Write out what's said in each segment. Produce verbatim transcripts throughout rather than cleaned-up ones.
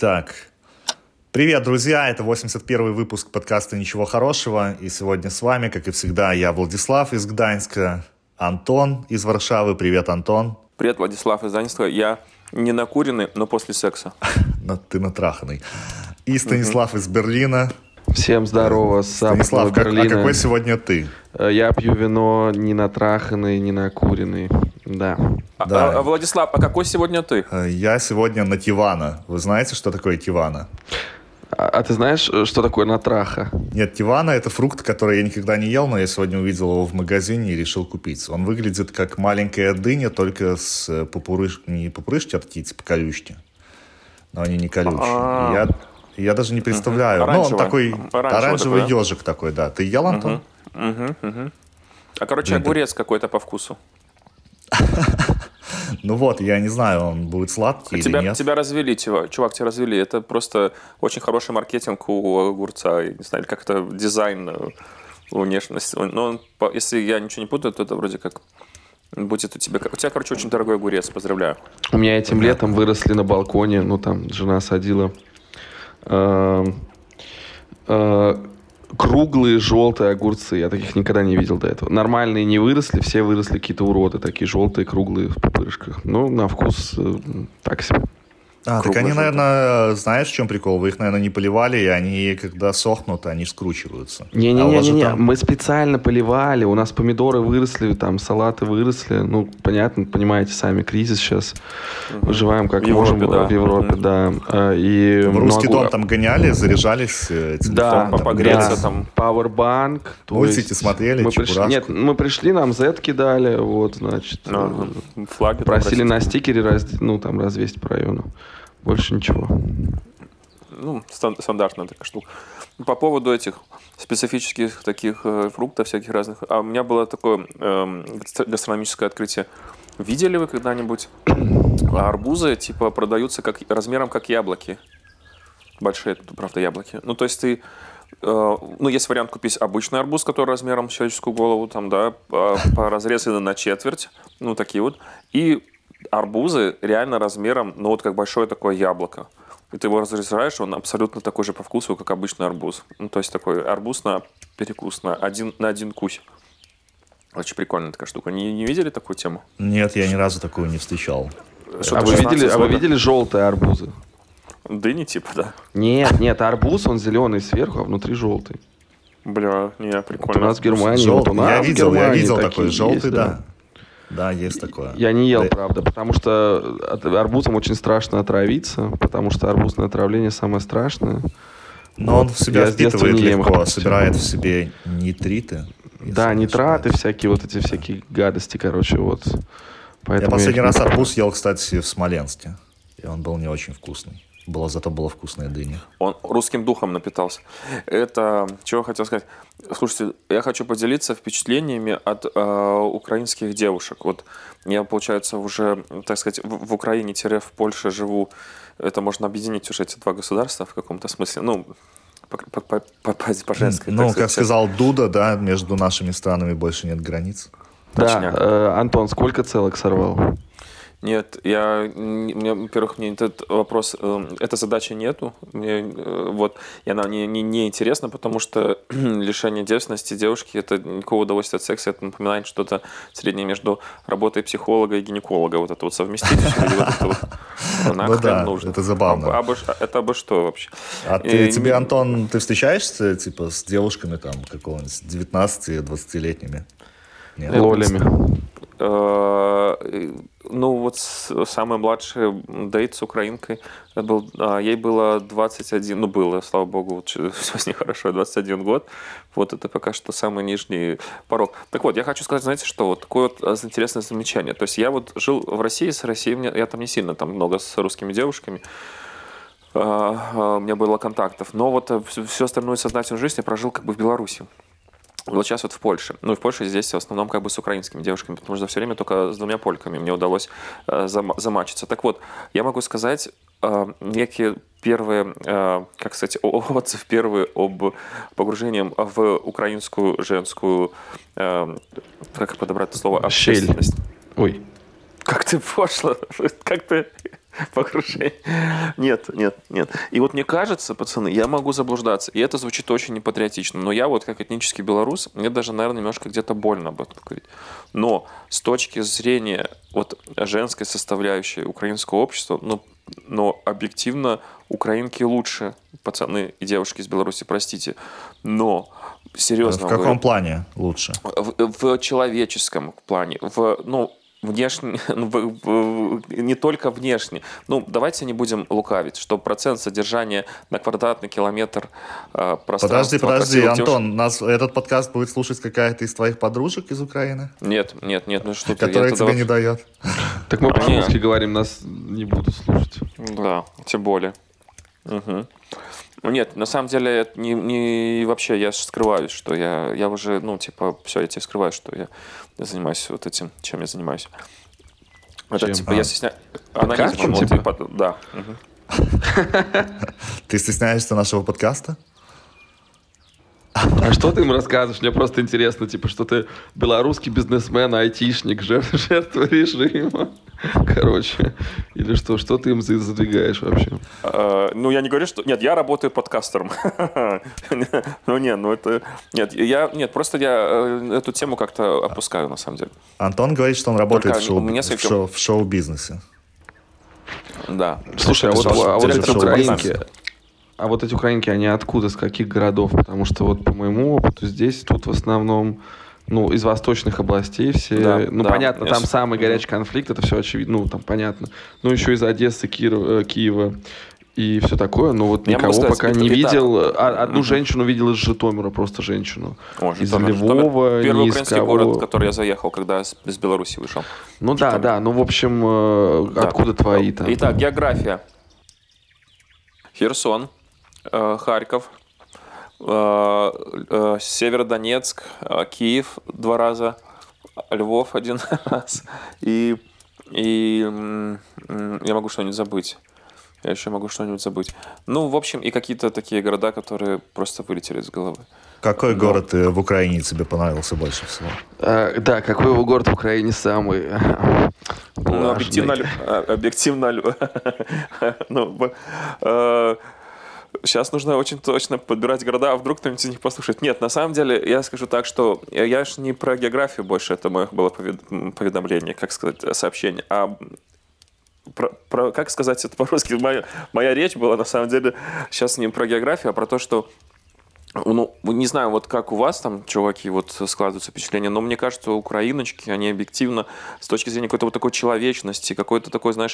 Так, привет, друзья, это восемьдесят первый выпуск подкаста «Ничего хорошего», и сегодня с вами, как и всегда, я, Владислав из Гданьска, Антон из Варшавы. Привет, Антон. Привет, Владислав из Гданьска. Я не накуренный, но после секса. Ты натраханный. И Станислав из Берлина. Всем здорово, Станислав, как, а какой сегодня ты? Я пью вино не натраханный, не накуренный, да. А, да. А, Владислав, а какой сегодня ты? Я сегодня на тивана. Вы знаете, что такое тивана? А, а ты знаешь, что такое натраха? Нет, тивана — это фрукт, который я никогда не ел, но я сегодня увидел его в магазине и решил купить. Он выглядит как маленькая дыня, только с пупырыш... не пупырышки, а такие типа колючки. Но они не колючие. Я... я даже не представляю. Угу. Ну, он такой оранжевый, оранжевый такой, ежик да? такой, да. Ты ел, Антон? Угу. Угу. Угу. А, короче, Блин, огурец ты... какой-то по вкусу. Ну вот, я не знаю, он будет сладкий тебя, или нет. Тебя развели, чувак, тебя развели. Это просто очень хороший маркетинг у огурца. Не знаю, как это дизайн, внешность. Но он, если я ничего не путаю, то это вроде как будет у тебя... У тебя, короче, очень дорогой огурец. Поздравляю. У меня этим Понятно. летом выросли на балконе. Ну, там жена садила... Э, э, круглые желтые огурцы. Я таких никогда не видел до этого. Нормальные не выросли, все выросли какие-то уроды. Такие желтые, круглые в пупырышках. Ну, на вкус э, так себе. А, так они, наверное, знаешь, в чем прикол? Вы их, наверное, не поливали, и они, когда сохнут, они скручиваются. Не-не-не, а там... мы специально поливали, у нас помидоры выросли, там салаты выросли. Ну, понятно, понимаете, сами кризис сейчас. Угу. Выживаем как в можем Европе, да. в Европе, угу. да. И в русский дом там гоняли, заряжались телефоном. Да, там, погреться да. там. Пауэрбанк. Мультики смотрели, мы пришли, Нет, мы пришли, нам зетки дали, вот, значит. Ага. Флаги просили на стикере раз, ну, там, развесить по району. Больше ничего. Ну, стандартная такая штука. По поводу этих специфических таких э, фруктов всяких разных. А у меня было такое э, гастрономическое открытие. Видели вы когда-нибудь арбузы, типа, продаются как, размером как яблоки? Большие, правда, яблоки. Ну, то есть ты... Э, ну, есть вариант купить обычный арбуз, который размером с человеческую голову, там, да, разрезанный на четверть. Ну, такие вот. И арбузы реально размером, ну вот как большое такое яблоко. И ты его разрезаешь, он абсолютно такой же по вкусу, как обычный арбуз. Ну, то есть такой арбуз на перекус, на один, на один кусь. Очень прикольная такая штука. Не, не видели такую тему? Нет, я ни разу такую не встречал. Что, а, вы видели, а вы видели желтые арбузы? Дыни типа, да? Нет, нет, арбуз, он зеленый сверху, а внутри желтый. Бля, не, прикольно. Вот у нас в Германии, Жел... вот у нас я видел, в Германии я видел такой желтый, есть, да. да. Да, есть такое. Я не ел, да. правда, потому что арбузом очень страшно отравиться, потому что арбузное отравление самое страшное. Но вот. Он в себя я впитывает легко, собирает в себе нитриты. Да, нитраты всякие, вот эти всякие гадости, короче, вот. Поэтому я последний я раз арбуз ел, кстати, в Смоленске, и он был не очень вкусный. Было, зато была вкусная дыня. Он русским духом напитался. Это, чего я хотел сказать. Слушайте, я хочу поделиться впечатлениями от э, украинских девушек. Вот я, получается, уже, так сказать, в, в Украине-в Польше живу. Это можно объединить уже эти два государства в каком-то смысле. Ну, по, по, по, по, по женской. Ну, так как сказать. сказал Дуда, да, между нашими странами больше нет границ. Да, э, Антон, сколько целок сорвал? Нет, я, мне, во-первых, мне этот вопрос, э, этой задачи нету, мне, э, вот, и она мне не, не интересна, потому что лишение девственности девушки, это никакого удовольствия от секса, это напоминает что-то среднее между работой психолога и гинеколога, вот это вот совместить, вот это вот нахрен нужно. Это забавно. Это обо что вообще? А тебе, Антон, ты встречаешься, типа, с девушками, там, какого-нибудь, девятнадцати-двадцатилетними? Лолями. Ну, вот самый младший дейт с украинкой, был, ей было двадцать один, ну, было, слава богу, вот, все с ней хорошо, двадцать один год. Вот это пока что самый нижний порог. Так вот, я хочу сказать, знаете что, вот такое вот интересное замечание. То есть я вот жил в России, с Россией, я там не сильно, там много с русскими девушками, у меня было контактов, но вот всю остальную сознательную жизнь я прожил как бы в Беларуси. Вот сейчас вот в Польше. Ну и в Польше здесь в основном как бы с украинскими девушками, потому что все время только с двумя польками мне удалось э, зам- замачиться. Так вот, я могу сказать э, некие первые, э, как сказать, отзыв первый об погружении в украинскую женскую, э, как подобрать это слово, общественность. Ой. Как ты пошло, как ты покрушение. Нет, нет, нет. И вот мне кажется, пацаны, я могу заблуждаться, и это звучит очень непатриотично, но я вот как этнический белорус, мне даже, наверное, немножко где-то больно об этом говорить. Но с точки зрения вот женской составляющей украинского общества, ну, но объективно украинки лучше, пацаны и девушки из Беларуси, простите, но серьезно. В каком говорю, плане лучше? В, в человеческом плане, в, ну, внешне, не только внешне. Ну, давайте не будем лукавить, что процент содержания на квадратный километр э, пространства... Подожди, подожди, Антон, нас этот подкаст будет слушать какая-то из твоих подружек из Украины? Нет, нет, нет, ну что ты... Которая тебе не дает. Так мы по-русски говорим, нас не будут слушать. Да, тем более. Угу. Нет, на самом деле, это не, не вообще, я скрываюсь, что я, я уже, ну, типа, все, я тебе скрываю, что я, я занимаюсь вот этим, чем я занимаюсь. Это, чем? типа, а. я стесняюсь... Анонизмом, вот, типа? И, да. Угу. Ты стесняешься нашего подкаста? А что ты им рассказываешь? Мне просто интересно, типа, что ты белорусский бизнесмен, айтишник, жертва, жертва режима. Короче, или что? Что ты им задвигаешь вообще? Uh, ну, я не говорю, что... Нет, я работаю подкастером. Ну, нет, ну это... Нет, я... Нет, просто я эту тему как-то опускаю, на самом деле. Антон говорит, что он работает в, шоу... в, шоу... в шоу-бизнесе. Да. Слушай, а вот, а вот эти украинки... А вот эти украинки, они откуда, с каких городов? Потому что вот по моему опыту здесь, тут в основном, ну, из восточных областей все... Да, ну, да, понятно, там самый горячий конфликт, это все очевидно, ну, там понятно. Ну, еще из Одессы, Киева, Киева и все такое, но вот я никого сказать, пока не видел. А, одну mm-hmm. женщину видел из Житомира, просто женщину. О, из Житомир, Львова, Житомир. Первый ни украинский кого. город, в который я заехал, когда из Беларуси вышел. Ну Житомир. да, да, ну, в общем, да. Откуда твои там? Итак, география. Херсон. Харьков, Северодонецк, Киев два раза, Львов один раз. И, и я могу что-нибудь забыть. Я еще могу что-нибудь забыть. Ну, в общем, и какие-то такие города, которые просто вылетели из головы. Какой Но... город в Украине тебе понравился больше всего? А, да, какой город в Украине самый ну, объективно... объективно ну, сейчас нужно очень точно подбирать города, а вдруг кто-нибудь из них послушает. Нет, на самом деле, я скажу так, что я же не про географию больше, это мое было поведомление, как сказать, сообщение, а про, про, как сказать это по-русски, моя, моя речь была, на самом деле, сейчас не про географию, а про то, что, ну, не знаю, вот как у вас там, чуваки, вот складываются впечатления, но мне кажется, украиночки, они объективно, с точки зрения какой-то вот такой человечности, какой-то такой, знаешь,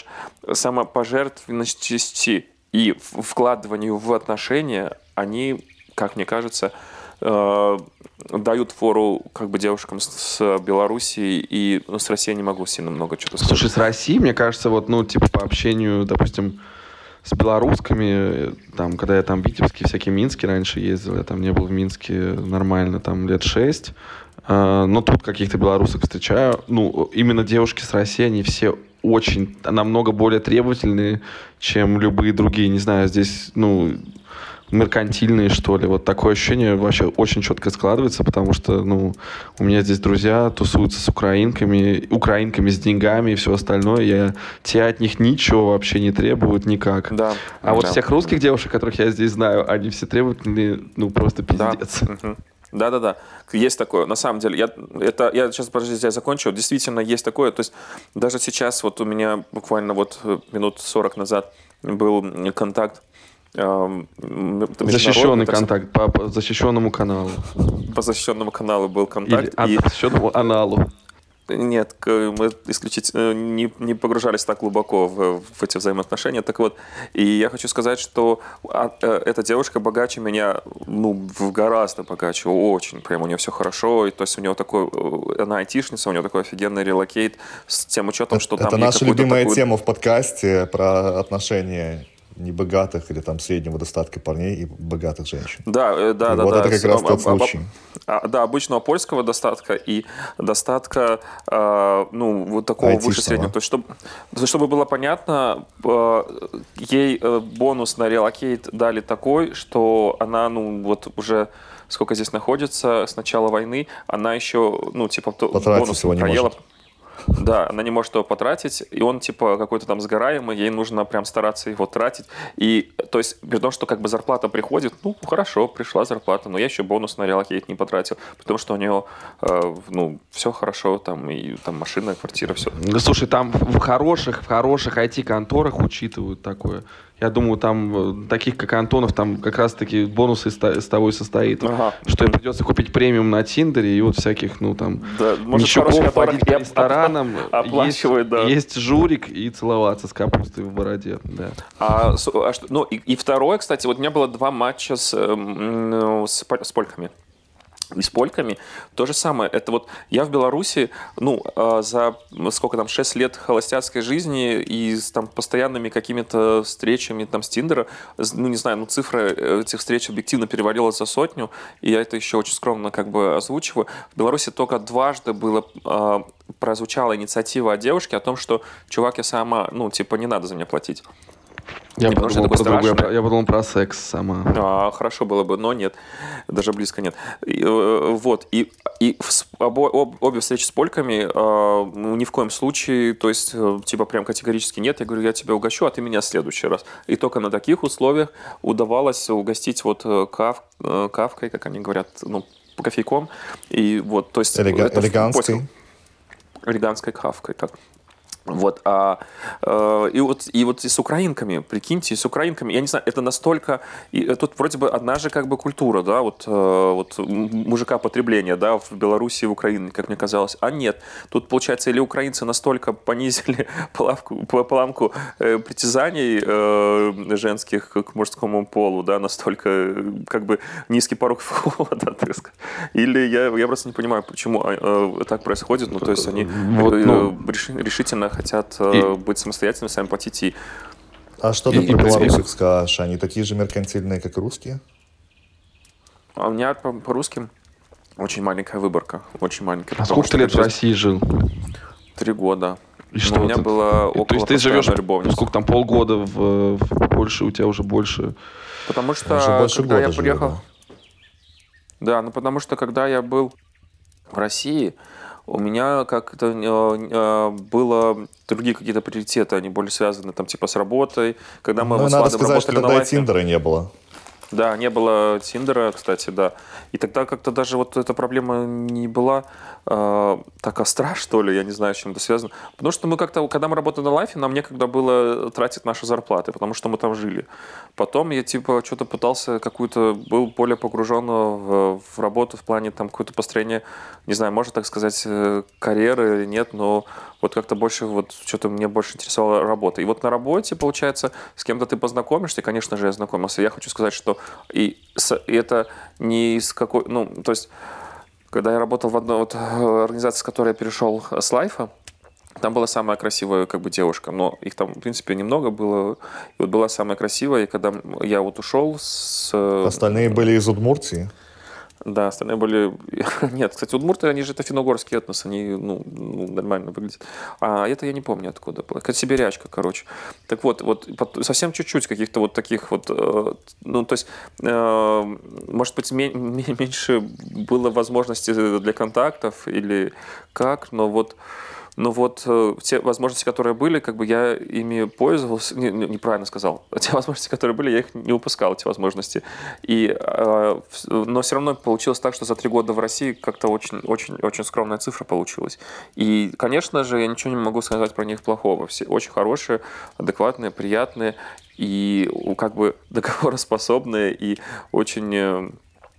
самопожертвенности, и вкладыванию в отношения, они, как мне кажется, э, дают фору как бы девушкам с, с Белоруссии, и ну, с Россией не могу сильно много чего сказать. Слушай, с Россией, мне кажется, вот, ну, типа по общению, допустим, с белорусскими, там, когда я там в Витебске, всякие Мински раньше ездил, я там не был в Минске нормально, там, лет шесть, э, но тут каких-то белорусов встречаю, ну, именно девушки с Россией, они все очень, намного более требовательные, чем любые другие, не знаю, здесь, ну, меркантильные, что ли. Вот такое ощущение вообще очень четко складывается, потому что, ну, у меня здесь друзья тусуются с украинками, украинками с деньгами и все остальное. Я, те от них ничего вообще не требуют никак. Да. А вот да. всех русских девушек, которых я здесь знаю, они все требовательные, ну, просто пиздец. Да. Да-да-да, есть такое. На самом деле, я, это, я сейчас, подождите, я закончу. Действительно, есть такое. То есть, даже сейчас, вот у меня буквально вот минут сорок назад был контакт. Э, защищенный контакт по, по защищенному каналу. По защищенному каналу был контакт. Или и... по защищенному аналу. Нет, мы исключительно не, не погружались так глубоко в, в эти взаимоотношения. Так вот, и я хочу сказать, что эта девушка богаче меня, ну, гораздо богаче, очень, прям у нее все хорошо. И, то есть у нее такой, она айтишница, у нее такой офигенный релокейт с тем учетом, что это там... Это наша любимая такую... тема в подкасте про отношения небогатых или там среднего достатка парней и богатых женщин. Да, да, и да. Вот да, это как да, раз а, тот а, случай. А, а, да, обычного польского достатка и достатка, э, ну, вот такого айтишного. Выше среднего. То есть, чтобы, чтобы было понятно, э, ей э, бонус на релокейт дали такой, что она, ну, вот уже сколько здесь находится с начала войны, она еще, ну, типа, бонус его не проела. может. Да, она не может его потратить, и он, типа, какой-то там сгораемый, ей нужно прям стараться его тратить. И, то есть, при том, что как бы зарплата приходит, ну, хорошо, пришла зарплата, но я еще бонус на реалокейт не потратил, потому что у нее, э, ну, все хорошо, там, и там машина, квартира, все. Ну, слушай, там в хороших, в хороших ай ти-конторах учитывают такое. Я думаю, там таких, как Антонов, там как раз-таки бонусы из того и состоит. Ага. Что им придется купить премиум на Тиндере и вот всяких, ну, там, да, нищуков ходить по ресторанам. Оплачивает, есть, да. Есть журик и целоваться с капустой в бороде, да. А, а, ну, и, и второе, кстати, вот у меня было два матча с, с, с польками. И с польками то же самое. Это вот я в Беларуси, ну, за сколько там, шесть лет холостяцкой жизни и с там постоянными какими-то встречами там с Тиндера, ну, не знаю, ну, цифра этих встреч объективно перевалила за сотню, и я это еще очень скромно как бы озвучиваю. В Беларуси только дважды было, э, прозвучала инициатива от девушки о том, что, чувак, я сама, ну, типа, не надо за меня платить. Я, подумал про другое, я, я подумал про секс сама. А, хорошо было бы, но нет. Даже близко нет. И, вот. И, и обо, об, обе встречи с польками э, ну, ни в коем случае, то есть, типа, прям категорически нет. Я говорю, я тебя угощу, а ты меня в следующий раз. И только на таких условиях удавалось угостить вот кав, кавкой, как они говорят, ну, кофейком. И вот, то есть... Элега- элегантской. Элегантской кавкой, так. Вот, а, э, и вот, и вот и с украинками, прикиньте, и с украинками, я не знаю, это настолько, и тут вроде бы одна же как бы культура, да, вот, э, вот мужика потребления, да, в Беларуси и в Украине, как мне казалось, а нет, тут, получается, или украинцы настолько понизили плавку, планку э, притязаний э, женских к мужскому полу, да, настолько, как бы, низкий порог входа, так сказать, или я, я просто не понимаю, почему э, так происходит, ну, то есть они вот, э, ну... решительно хотят и... быть самостоятельными, сами платить и... А что ты и, про белорусов скажешь? Они такие же меркантильные, как и русские? А у меня по, по русским очень маленькая выборка. Очень маленькая. А сколько ты лет в России жил? Три года. И что? У меня было около... То есть ты живешь, сколько там, полгода в, в Польше, у тебя уже больше... Потому что, уже больше когда я живет, приехал... да. да, ну потому что, когда я был в России... У меня как-то э, было другие какие-то приоритеты, они более связаны там типа с работой. Когда мы ну, с надо Владом сказать, что тогда и лайфе, Тиндера не было. Да, не было Тиндера, кстати, да. И тогда как-то даже вот эта проблема не была э, так остра, что ли, я не знаю, с чем это связано. Потому что мы как-то, когда мы работали на лайфе, нам некогда было тратить наши зарплаты, потому что мы там жили. Потом я типа что-то пытался какую-то, был более погружен в, в работу в плане там какое-то построение, не знаю, можно так сказать, карьеры или нет, но вот как-то больше, вот что-то мне больше интересовала работа. И вот на работе, получается, с кем-то ты познакомишься, и, конечно же, я знакомился. Я хочу сказать, что и, с, и это не из какой... Ну, то есть, когда я работал в одной вот организации, с которой я перешел с лайфа, там была самая красивая как бы девушка, но их там, в принципе, немного было. И вот была самая красивая, и когда я вот ушел с... Остальные были из Удмуртии? Да, остальные были... Нет, кстати, удмурты, они же это финно-угорский этнос, они ну, ну, нормально выглядят. А это я не помню, откуда было. Какая-то сибирячка, короче. Так вот, вот совсем чуть-чуть каких-то вот таких вот... Ну, то есть, может быть, меньше было возможностей для контактов или как, но вот... Но вот э, те возможности, которые были, как бы я ими пользовался, не, не, неправильно сказал, те возможности, которые были, я их не упускал, эти возможности. И, э, но все равно получилось так, что за три года в России как-то очень, очень, очень скромная цифра получилась. И, конечно же, я ничего не могу сказать про них плохого. Все очень хорошие, адекватные, приятные и как бы договороспособные и очень...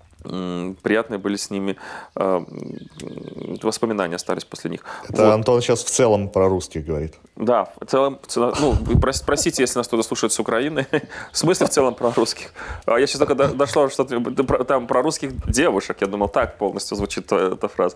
приятные были с ними э, воспоминания остались после них. Это вот. Антон сейчас в целом про русских говорит. Да, в целом, ну, простите, если нас кто-то слушает с Украины, в смысле в целом про русских. Я сейчас только дошло, что там про русских девушек, я думал, так полностью звучит эта фраза.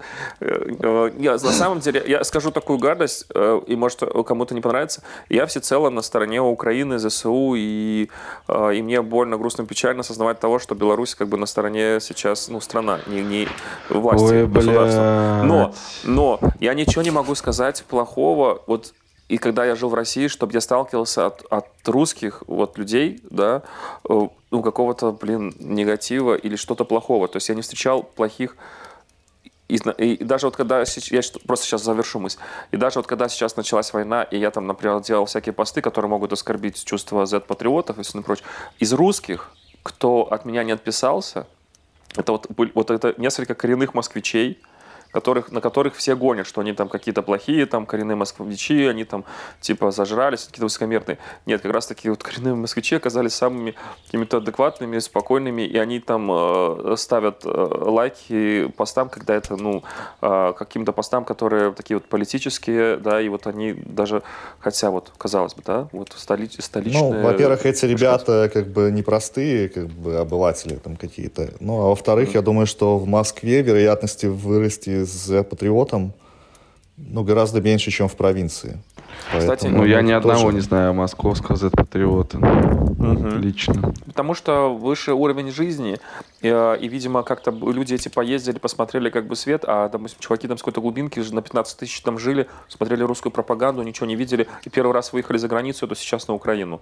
Я, на самом деле, я скажу такую гадость, и может кому-то не понравится, я всецело на стороне Украины, ЗСУ, и, и мне больно, грустно, печально осознавать того, что Беларусь как бы на стороне сейчас, ну, страна, не, не власти, Ой, государства. Но, но я ничего не могу сказать плохого, вот. И когда я жил в России, чтобы я сталкивался от, от русских вот, людей, да, ну, какого-то, блин, негатива или что-то плохого. То есть я не встречал плохих И, и даже вот когда... Я просто сейчас завершу мысль. И даже вот когда сейчас началась война, и я там, например, делал всякие посты, которые могут оскорбить чувства зет-патриотов и все прочее, из русских, кто от меня не отписался, это вот, вот это несколько коренных москвичей, которых, на которых все гонят, что они там какие-то плохие, там коренные москвичи, они там типа зажрались, какие-то высокомерные. Нет, как раз таки вот коренные москвичи оказались самыми какими-то адекватными, спокойными, и они там э, ставят э, лайки постам, когда это, ну, э, каким-то постам, которые такие вот политические, да, и вот они даже, хотя вот, казалось бы, да, вот столи, столичные... Ну, во-первых, эти ребята как бы непростые, как бы обыватели там какие-то. Ну, а во-вторых, mm-hmm. я думаю, что в Москве вероятности вырасти с патриотом, ну, гораздо меньше, чем в провинции. Кстати, Поэтому, ну, я ни одного тоже... не знаю московского зет-патриота. Угу. Лично. Потому что выше уровень жизни, и, и, видимо, как-то люди эти поездили, посмотрели как бы свет, а, допустим, чуваки там с какой-то глубинки на пятнадцать тысяч там жили, смотрели русскую пропаганду, ничего не видели, и первый раз выехали за границу, то сейчас на Украину.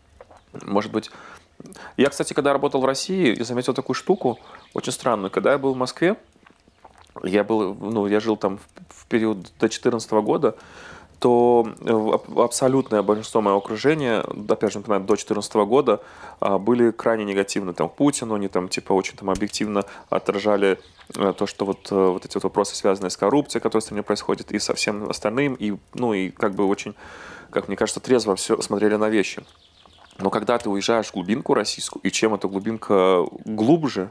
Может быть... Я, кстати, когда работал в России, я заметил такую штуку, очень странную. Когда я был в Москве, Я был, ну, я жил там в период до две тысячи четырнадцатого года, то абсолютное большинство моего окружения, опять же, напоминаю, до две тысячи четырнадцатого года были крайне негативны там, к Путину, они там типа очень там объективно отражали то, что вот, вот эти вот вопросы, связанные с коррупцией, которая в стране происходит, и со всем остальным, и, ну, и как бы очень, как мне кажется, трезво все смотрели на вещи. Но когда ты уезжаешь в глубинку российскую, и чем эта глубинка глубже,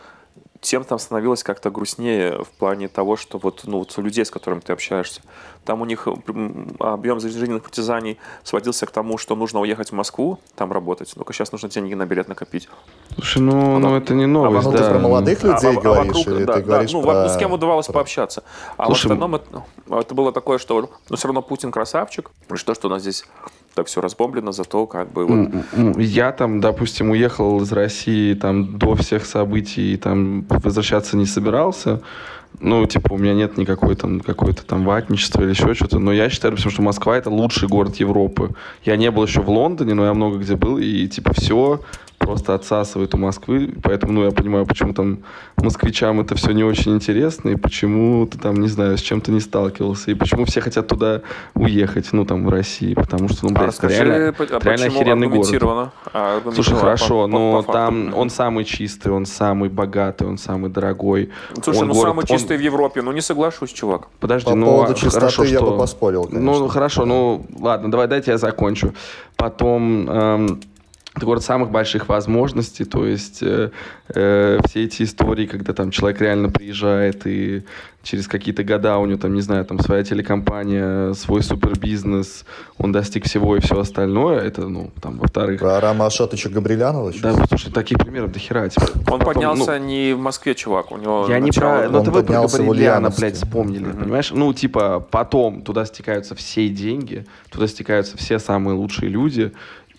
тем там становилось как-то грустнее в плане того, что вот, ну, вот у людей, с которыми ты общаешься, там у них объем жизненных притязаний сводился к тому, что нужно уехать в Москву, там работать, только сейчас нужно деньги на билет накопить. Слушай, ну, а ну это не новость, а, да. Ты про молодых людей а, говоришь, а вокруг, или да, ты да, говоришь ну, про... с кем удавалось про... пообщаться. А Слушай, в остальном это, это было такое, что, ну, все равно Путин красавчик, и что, что у нас здесь так все разбомблено, зато как бы... Вот... Я там, допустим, уехал из России там до всех событий, там возвращаться не собирался. Ну, типа, у меня нет никакой там, какой-то там ватничества или еще что-то. Но я считаю, потому что Москва — это лучший город Европы. Я не был еще в Лондоне, но я много где был, и типа все просто отсасывает у Москвы. Поэтому, ну, я понимаю, почему там москвичам это все не очень интересно, и почему ты там, не знаю, с чем-то не сталкивался, и почему все хотят туда уехать, ну, там, в России. Потому что, ну, блядь, а это реально, а реально охеренный город. А, Слушай, хорошо, по, но по, по там он самый чистый, он самый богатый, он самый дорогой. Слушай, он ну город, самый чистый он... в Европе, ну не соглашусь, чувак. Подожди, по ну поводу чистоты хорошо, я что... бы поспорил, конечно. Ну хорошо, ну ладно, давай, дайте я закончу. Потом... Эм... Это город самых больших возможностей, то есть э, э, все эти истории, когда там человек реально приезжает и через какие-то года у него там, не знаю, там своя телекомпания, свой супербизнес, он достиг всего и все остальное, это, ну, там, во-вторых... Про Арама Ашотовича Габрилянова? Да, слушай, таких примеров до хера. Типа. Он Потом, поднялся ну, не в Москве, чувак, у него... Я не про... Ну, это вы про Габрилиана, блядь, вспомнили, mm-hmm. понимаешь? Ну, типа, потом туда стекаются все деньги, туда стекаются все самые лучшие люди,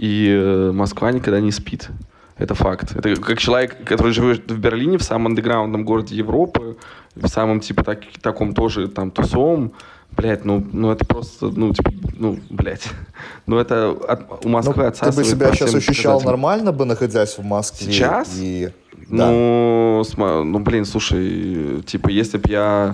и Москва никогда не спит. Это факт. Это как человек, который живет в Берлине, в самом андеграундном городе Европы, в самом, типа, так, таком тоже, там, тусовом. Блядь, ну, ну это просто, ну, типа, ну, блядь. Ну, это от, у Москвы ну, отсасывает. Ты бы себя сейчас ощущал нормально бы, находясь в Москве? Сейчас? И... Ну, да. см... ну, блин, слушай, типа, если бы я...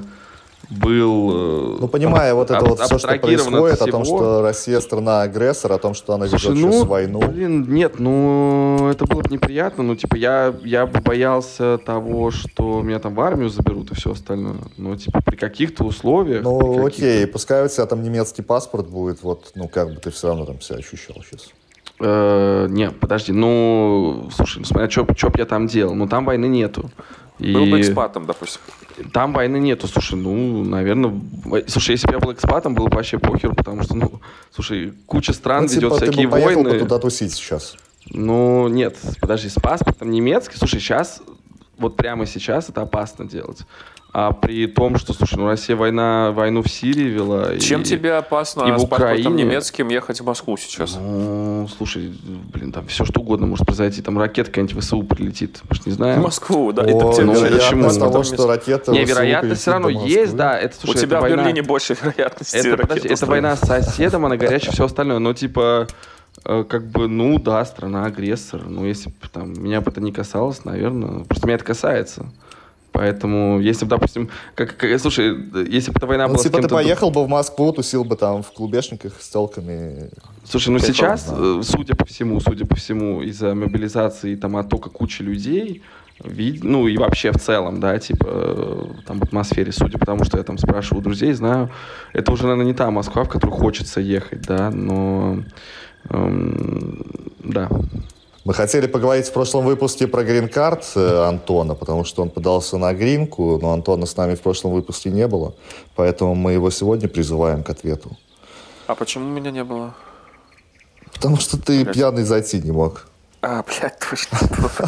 был... Ну, понимая вот это вот все, что происходит, о том, что Россия страна-агрессор, о том, что она ведет Слушай, сейчас ну, войну. Блин, нет, ну, это было бы неприятно. Ну, типа, я, я бы боялся того, что меня там в армию заберут и все остальное. Ну, типа, при каких-то условиях... Ну, каких-то... окей, пускай у тебя там немецкий паспорт будет, вот, ну, как бы ты все равно там себя ощущал сейчас. Э, не, подожди, ну, слушай, ну, смотря, что б я там делал. Ну, там войны нету. И... Был бы экспатом, допустим. Там войны нету, слушай, ну, наверное... Слушай, если бы я был экспатом, было бы вообще похер, потому что, ну, слушай, куча стран ну, ведет типа, всякие ты бы поехал войны. бы туда тусить сейчас? Ну, нет, подожди, с паспортом немецкий, слушай, сейчас, вот прямо сейчас это опасно делать. А при том, что, слушай, ну, Россия война, войну в Сирии вела. Чем и, тебе опасно и с в Украине... паспортом немецким ехать в Москву сейчас? Ну, слушай, блин, там все что угодно может произойти. Там ракета какая-нибудь в ВСУ прилетит. Мы же не знаем. В Москву, да. О, это ну, вероятность того, мест... что ракета не, в ВСУ вероятность все равно есть, да. Это, слушай, У тебя это в война... Берлине больше вероятности. Это, подожди, это война с соседом, она горячая, все остальное. Но, типа, э, как бы, ну, да, страна-агрессор. Ну, если бы там меня бы это не касалось, наверное. Просто меня это касается. Поэтому, если бы, допустим, как, как, слушай, если бы эта война ну, была типа с кем-то... ты поехал бы в Москву, тусил бы там в клубешниках с телками. Слушай, ну сейчас, да. судя по всему, судя по всему, из-за мобилизации и там оттока кучи людей, вид... ну и вообще в целом, да, типа там в атмосфере, судя по тому, что я там спрашиваю у друзей, знаю, это уже, наверное, не та Москва, в которую хочется ехать, да, но... Эм, да. Мы хотели поговорить в прошлом выпуске про грин-карт Антона, потому что он подался на гринку, но Антона с нами в прошлом выпуске не было, поэтому мы его сегодня призываем к ответу. А почему меня не было? Потому что ты блядь. пьяный зайти не мог. А, блядь, точно.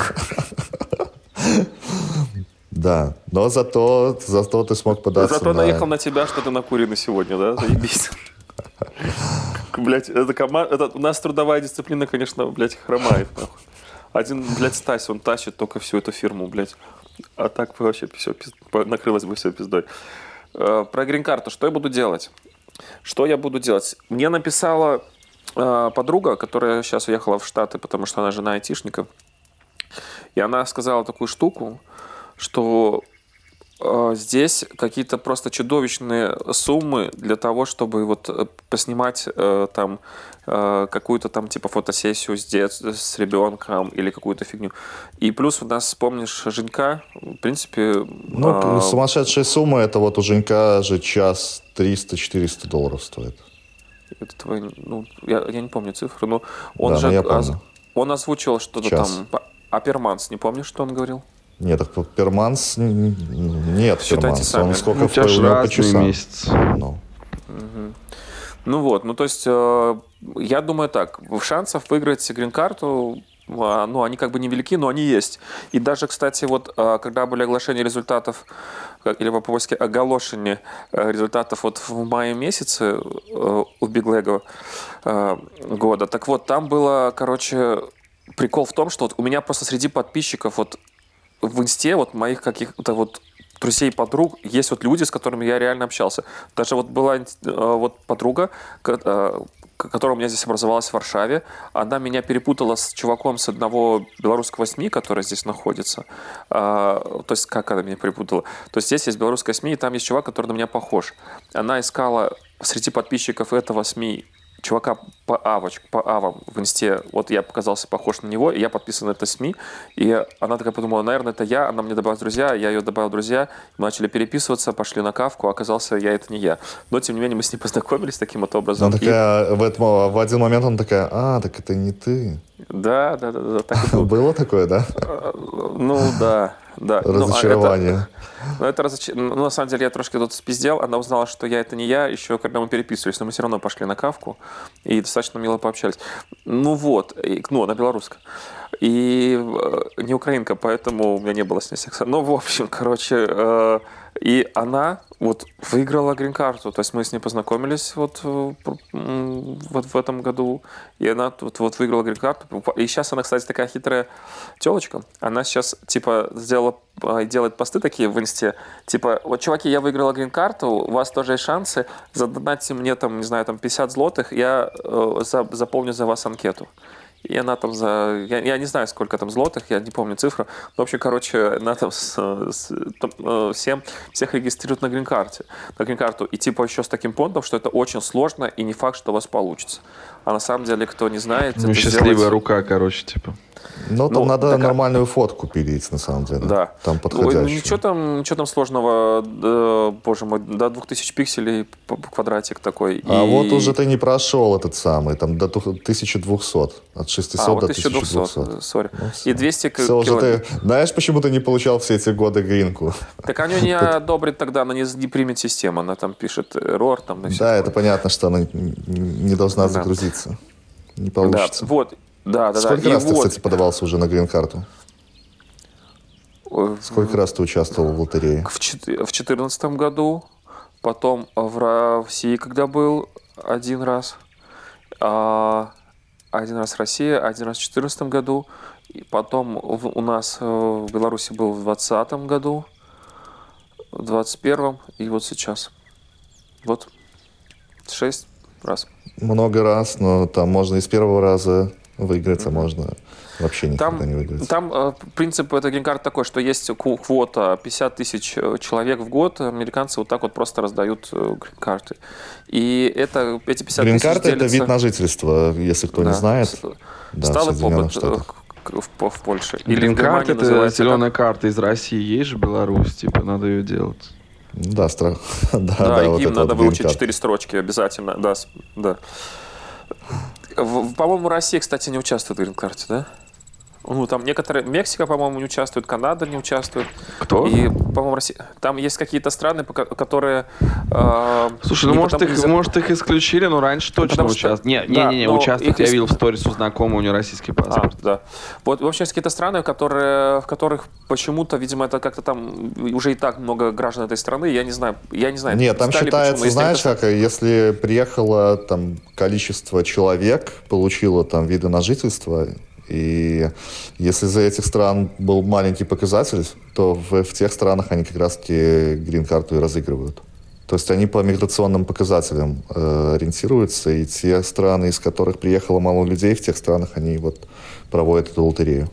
Да, но зато, зато ты смог податься Зато на... наехал на тебя, что ты накуренный сегодня, да? Заебись. Блять, это команда, это, у нас трудовая дисциплина, конечно, блядь, хромает. Нахуй. Один, блядь, Стась, он тащит только всю эту фирму, блядь. А так вообще все, пиз... накрылось бы все пиздой. Э, про грин-карту, что я буду делать? Что я буду делать? Мне написала э, подруга, которая сейчас уехала в Штаты, потому что она жена айтишника. И она сказала такую штуку, что здесь какие-то просто чудовищные суммы для того, чтобы вот поснимать э, там э, какую-то там типа фотосессию с, дет... с ребенком или какую-то фигню. И плюс у нас, помнишь, Женька, в принципе... Ну, э... сумасшедшая сумма, это вот у Женька же час триста-четыреста долларов стоит. Это твой, ну, я, я не помню цифры, но он да, же я помню. Он озвучил что-то час. Там... А перманс, не помнишь, что он говорил? Нет, так перманс... Нет, считайте перманс. сами. Он сколько ну, в у него по часам. Месяц. Ну. Угу. ну вот, ну то есть, э, я думаю так, шансов выиграть грин-карту, э, ну они как бы невелики, но они есть. И даже, кстати, вот э, когда были оглашения результатов, или по-польски оголошение э, результатов вот в мае месяце э, у Биглего э, года, так вот, там было, короче, прикол в том, что вот у меня просто среди подписчиков вот в инсте вот моих каких-то вот друзей, подруг, есть вот люди, с которыми я реально общался. Даже вот была вот подруга, которая у меня здесь образовалась в Варшаве, она меня перепутала с чуваком с одного белорусского СМИ, который здесь находится. То есть, как она меня перепутала? То есть, здесь есть белорусское СМИ, и там есть чувак, который на меня похож. Она искала среди подписчиков этого СМИ чувака по авоч, по авам в инсте, вот я показался похож на него, и я подписан на это СМИ, и она такая подумала, наверное, это я, она мне добавила в друзья, я ее добавил в друзья, мы начали переписываться, пошли на кавку, а оказался я, это не я. Но, тем не менее, мы с ней познакомились таким вот образом. Она такая, и... в, этом, в один момент она такая, а, так это не ты. Да, да, да. да так и было. Было такое, да? Ну, да. Да. Разочарование. Ну, это, ну, это разоч... ну, на самом деле, я трошки тут спиздел. Она узнала, что я это не я, еще когда мы переписывались, но мы все равно пошли на кавку и достаточно мило пообщались. Ну вот, и, ну, она белоруска. И э, не украинка, поэтому у меня не было с ней секса. Ну, в общем, короче, э, и она вот выиграла грин-карту. То есть мы с ней познакомились вот, вот в этом году, и она вот, вот выиграла грин-карту. И сейчас она, кстати, такая хитрая телочка. Она сейчас, типа, сделала, делает посты такие в инсте, типа, вот, чуваки, я выиграла грин-карту, у вас тоже есть шансы, задонатьте мне, там, не знаю, там, пятьдесят злотых, я э, за, заполню за вас анкету. И она там за... Я, я не знаю, сколько там злотых, я не помню цифру. Но, в общем, короче, она там, с, с, там всем, всех регистрирует на грин-карте. На грин-карту. И типа еще с таким понтом, что это очень сложно и не факт, что у вас получится. А на самом деле, кто не знает... Ну, это счастливая сделать... рука, короче, типа. Ну, там ну, надо так... нормальную фотку пилить, на самом деле. Да. Там подходящую. Ну, ничего там, ничего там сложного, да, боже мой, до двух тысяч пикселей квадратик такой. А и... вот уже ты не прошел этот самый, там до тысяча двести, от шестисот а, до вот тысяча двухсот. Сори. Ну, и двести все, кило... уже ты... Знаешь, почему ты не получал все эти годы гринку? Так она не одобрит тогда, она не, не примет систему, она там пишет error. Там, да, такое. Это понятно, что она не должна да. загрузиться. Не получится. Да, вот. Да, да, Сколько да. раз и ты, вот... кстати, подавался уже на грин-карту? Сколько раз ты участвовал в лотерее? В две тысячи четырнадцатом году, потом в России, когда был, один раз. А, один раз в России, один раз в две тысячи четырнадцатом году. И потом в, у нас в Беларуси был в двадцатом году, в двадцать первом и вот сейчас. Вот. Шесть раз. Много раз, но там можно и с первого раза выиграть, а можно вообще никогда Там, не выиграть. там э, принцип этой грин-карты такой, что есть квота пятьдесят тысяч человек в год, американцы вот так вот просто раздают э, грин-карты. И это, эти пятьдесят тысяч Грин-карта — это делятся... вид на жительство, если кто Да. не знает. С- Да, в Сталый Соединенных побыт э, Штатах. к- в, в Польше. Или в Грин-карта Германии это называется зеленая как? карта из России. Есть же Беларусь, типа, надо ее делать. Да, стра... да, Да, да, и вот им это надо вот выучить грин-карта. четыре строчки обязательно. Да, с- да. В- По-моему, Россия, кстати, не участвует в грин-карте, да? Ну, там некоторые... Мексика, по-моему, не участвует, Канада не участвует. Кто? И, по-моему, Россия... Там есть какие-то страны, пока- которые... э, Слушай, ну не может потому- их, не за- может их исключили, но раньше точно потому что- участвовали. Не, да, не, не, не, но участвуют. их Я ис- видел в сторис у знакомого, у него российский А, паспорт. да. Вот, в общем, есть какие-то страны, которые, в которых почему-то, видимо, это как-то там уже и так много граждан этой страны, я не знаю, я не знаю. Нет, там стали считается, почему, если знаешь, это- как, если приехало там количество человек, получило там виды на жительство, и если за этих стран был маленький показатель, то в, в тех странах они как раз-таки грин-карту и разыгрывают. То есть они по миграционным показателям э, ориентируются, и те страны, из которых приехало мало людей, в тех странах они вот проводят эту лотерею.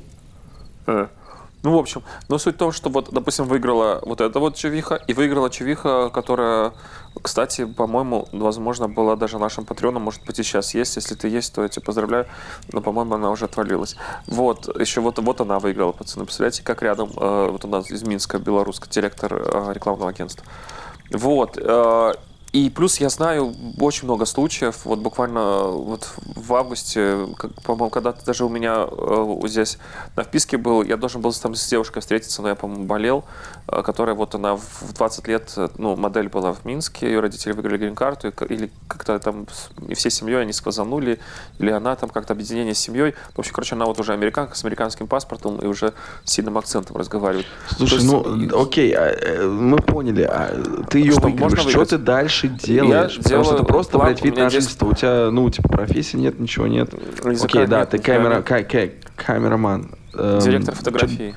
Э. Ну, в общем, но суть в том, что вот, допустим, выиграла вот эта вот чувиха, и выиграла чувиха, которая, кстати, по-моему, возможно, была даже нашим патреоном, может быть, и сейчас есть. Если ты есть, то я тебя поздравляю, но, по-моему, она уже отвалилась. Вот, еще вот, вот она выиграла, пацаны. Представляете, как рядом, э, вот у нас из Минска, белорусская, директор э, рекламного агентства. Вот, э, и плюс я знаю очень много случаев, вот буквально вот в августе, как, по-моему, когда-то даже у меня э, здесь на вписке был, я должен был там с девушкой встретиться, но я, по-моему, болел, э, которая вот она в двадцать лет, ну, модель была в Минске, ее родители выиграли грин-карту, и, или как-то там и всей семьей они сквозанули, или она там как-то объединение с семьей. В общем, короче, она вот уже американка с американским паспортом и уже с сильным акцентом разговаривает. Слушай, То ну, есть, окей, а, э, мы поняли. А ты ее Что, выигрываешь, можно что выиграть? ты дальше делаешь? Я Потому что делаю это просто, план, блядь, у вид меня на здесь- жительство. У тебя, ну, типа, профессии нет, ничего нет. Языка Окей, да, нет, ты языка камера, нет. ка- ка- камераман. Эм, Директор фотографии.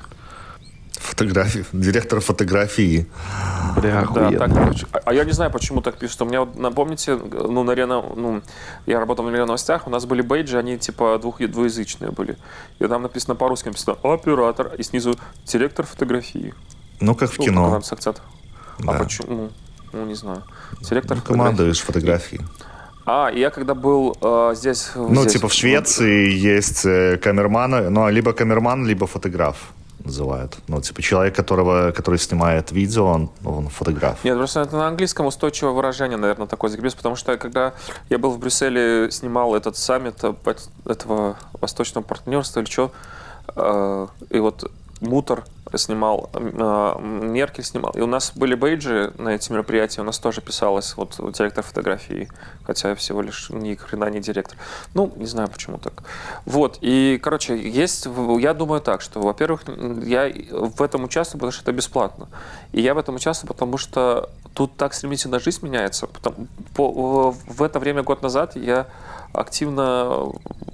Фотографии. Директор фотографии. чё- Бля, Да, охуенно. так, а, а я не знаю, почему так пишут. У меня, вот, напомните, ну, на РИА, ну, я работал на РИА Новостях, у нас были бейджи, они типа двух, двуязычные были. И там написано по-русски, написано «оператор», и снизу «директор фотографии». Ну, как в Ну, кино. там с акцентом. Да. А почему? Ну, не знаю. Директор Ну, фотографии. командуешь фотографии. А, я когда был э, здесь... Ну, здесь, типа в Швеции есть э, камерманы, ну, либо камерман, либо фотограф называют. Ну, типа человек, которого, который снимает видео, он, он фотограф. Нет, просто это на английском устойчивое выражение, наверное, такое закрепилось, потому что когда я был в Брюсселе, снимал этот саммит э, пот- этого восточного партнерства или что, э, и вот Мутор снимал, э, Меркель снимал, и у нас были бейджи на эти мероприятия, у нас тоже писалось вот директор фотографии, хотя я всего лишь ни хрена не директор. Ну, не знаю, почему так. Вот, и, короче, есть, я думаю так, что, во-первых, я в этом участвую, потому что это бесплатно. И я в этом участвую, потому что тут так стремительно жизнь меняется. Потому, по, в это время, год назад, я активно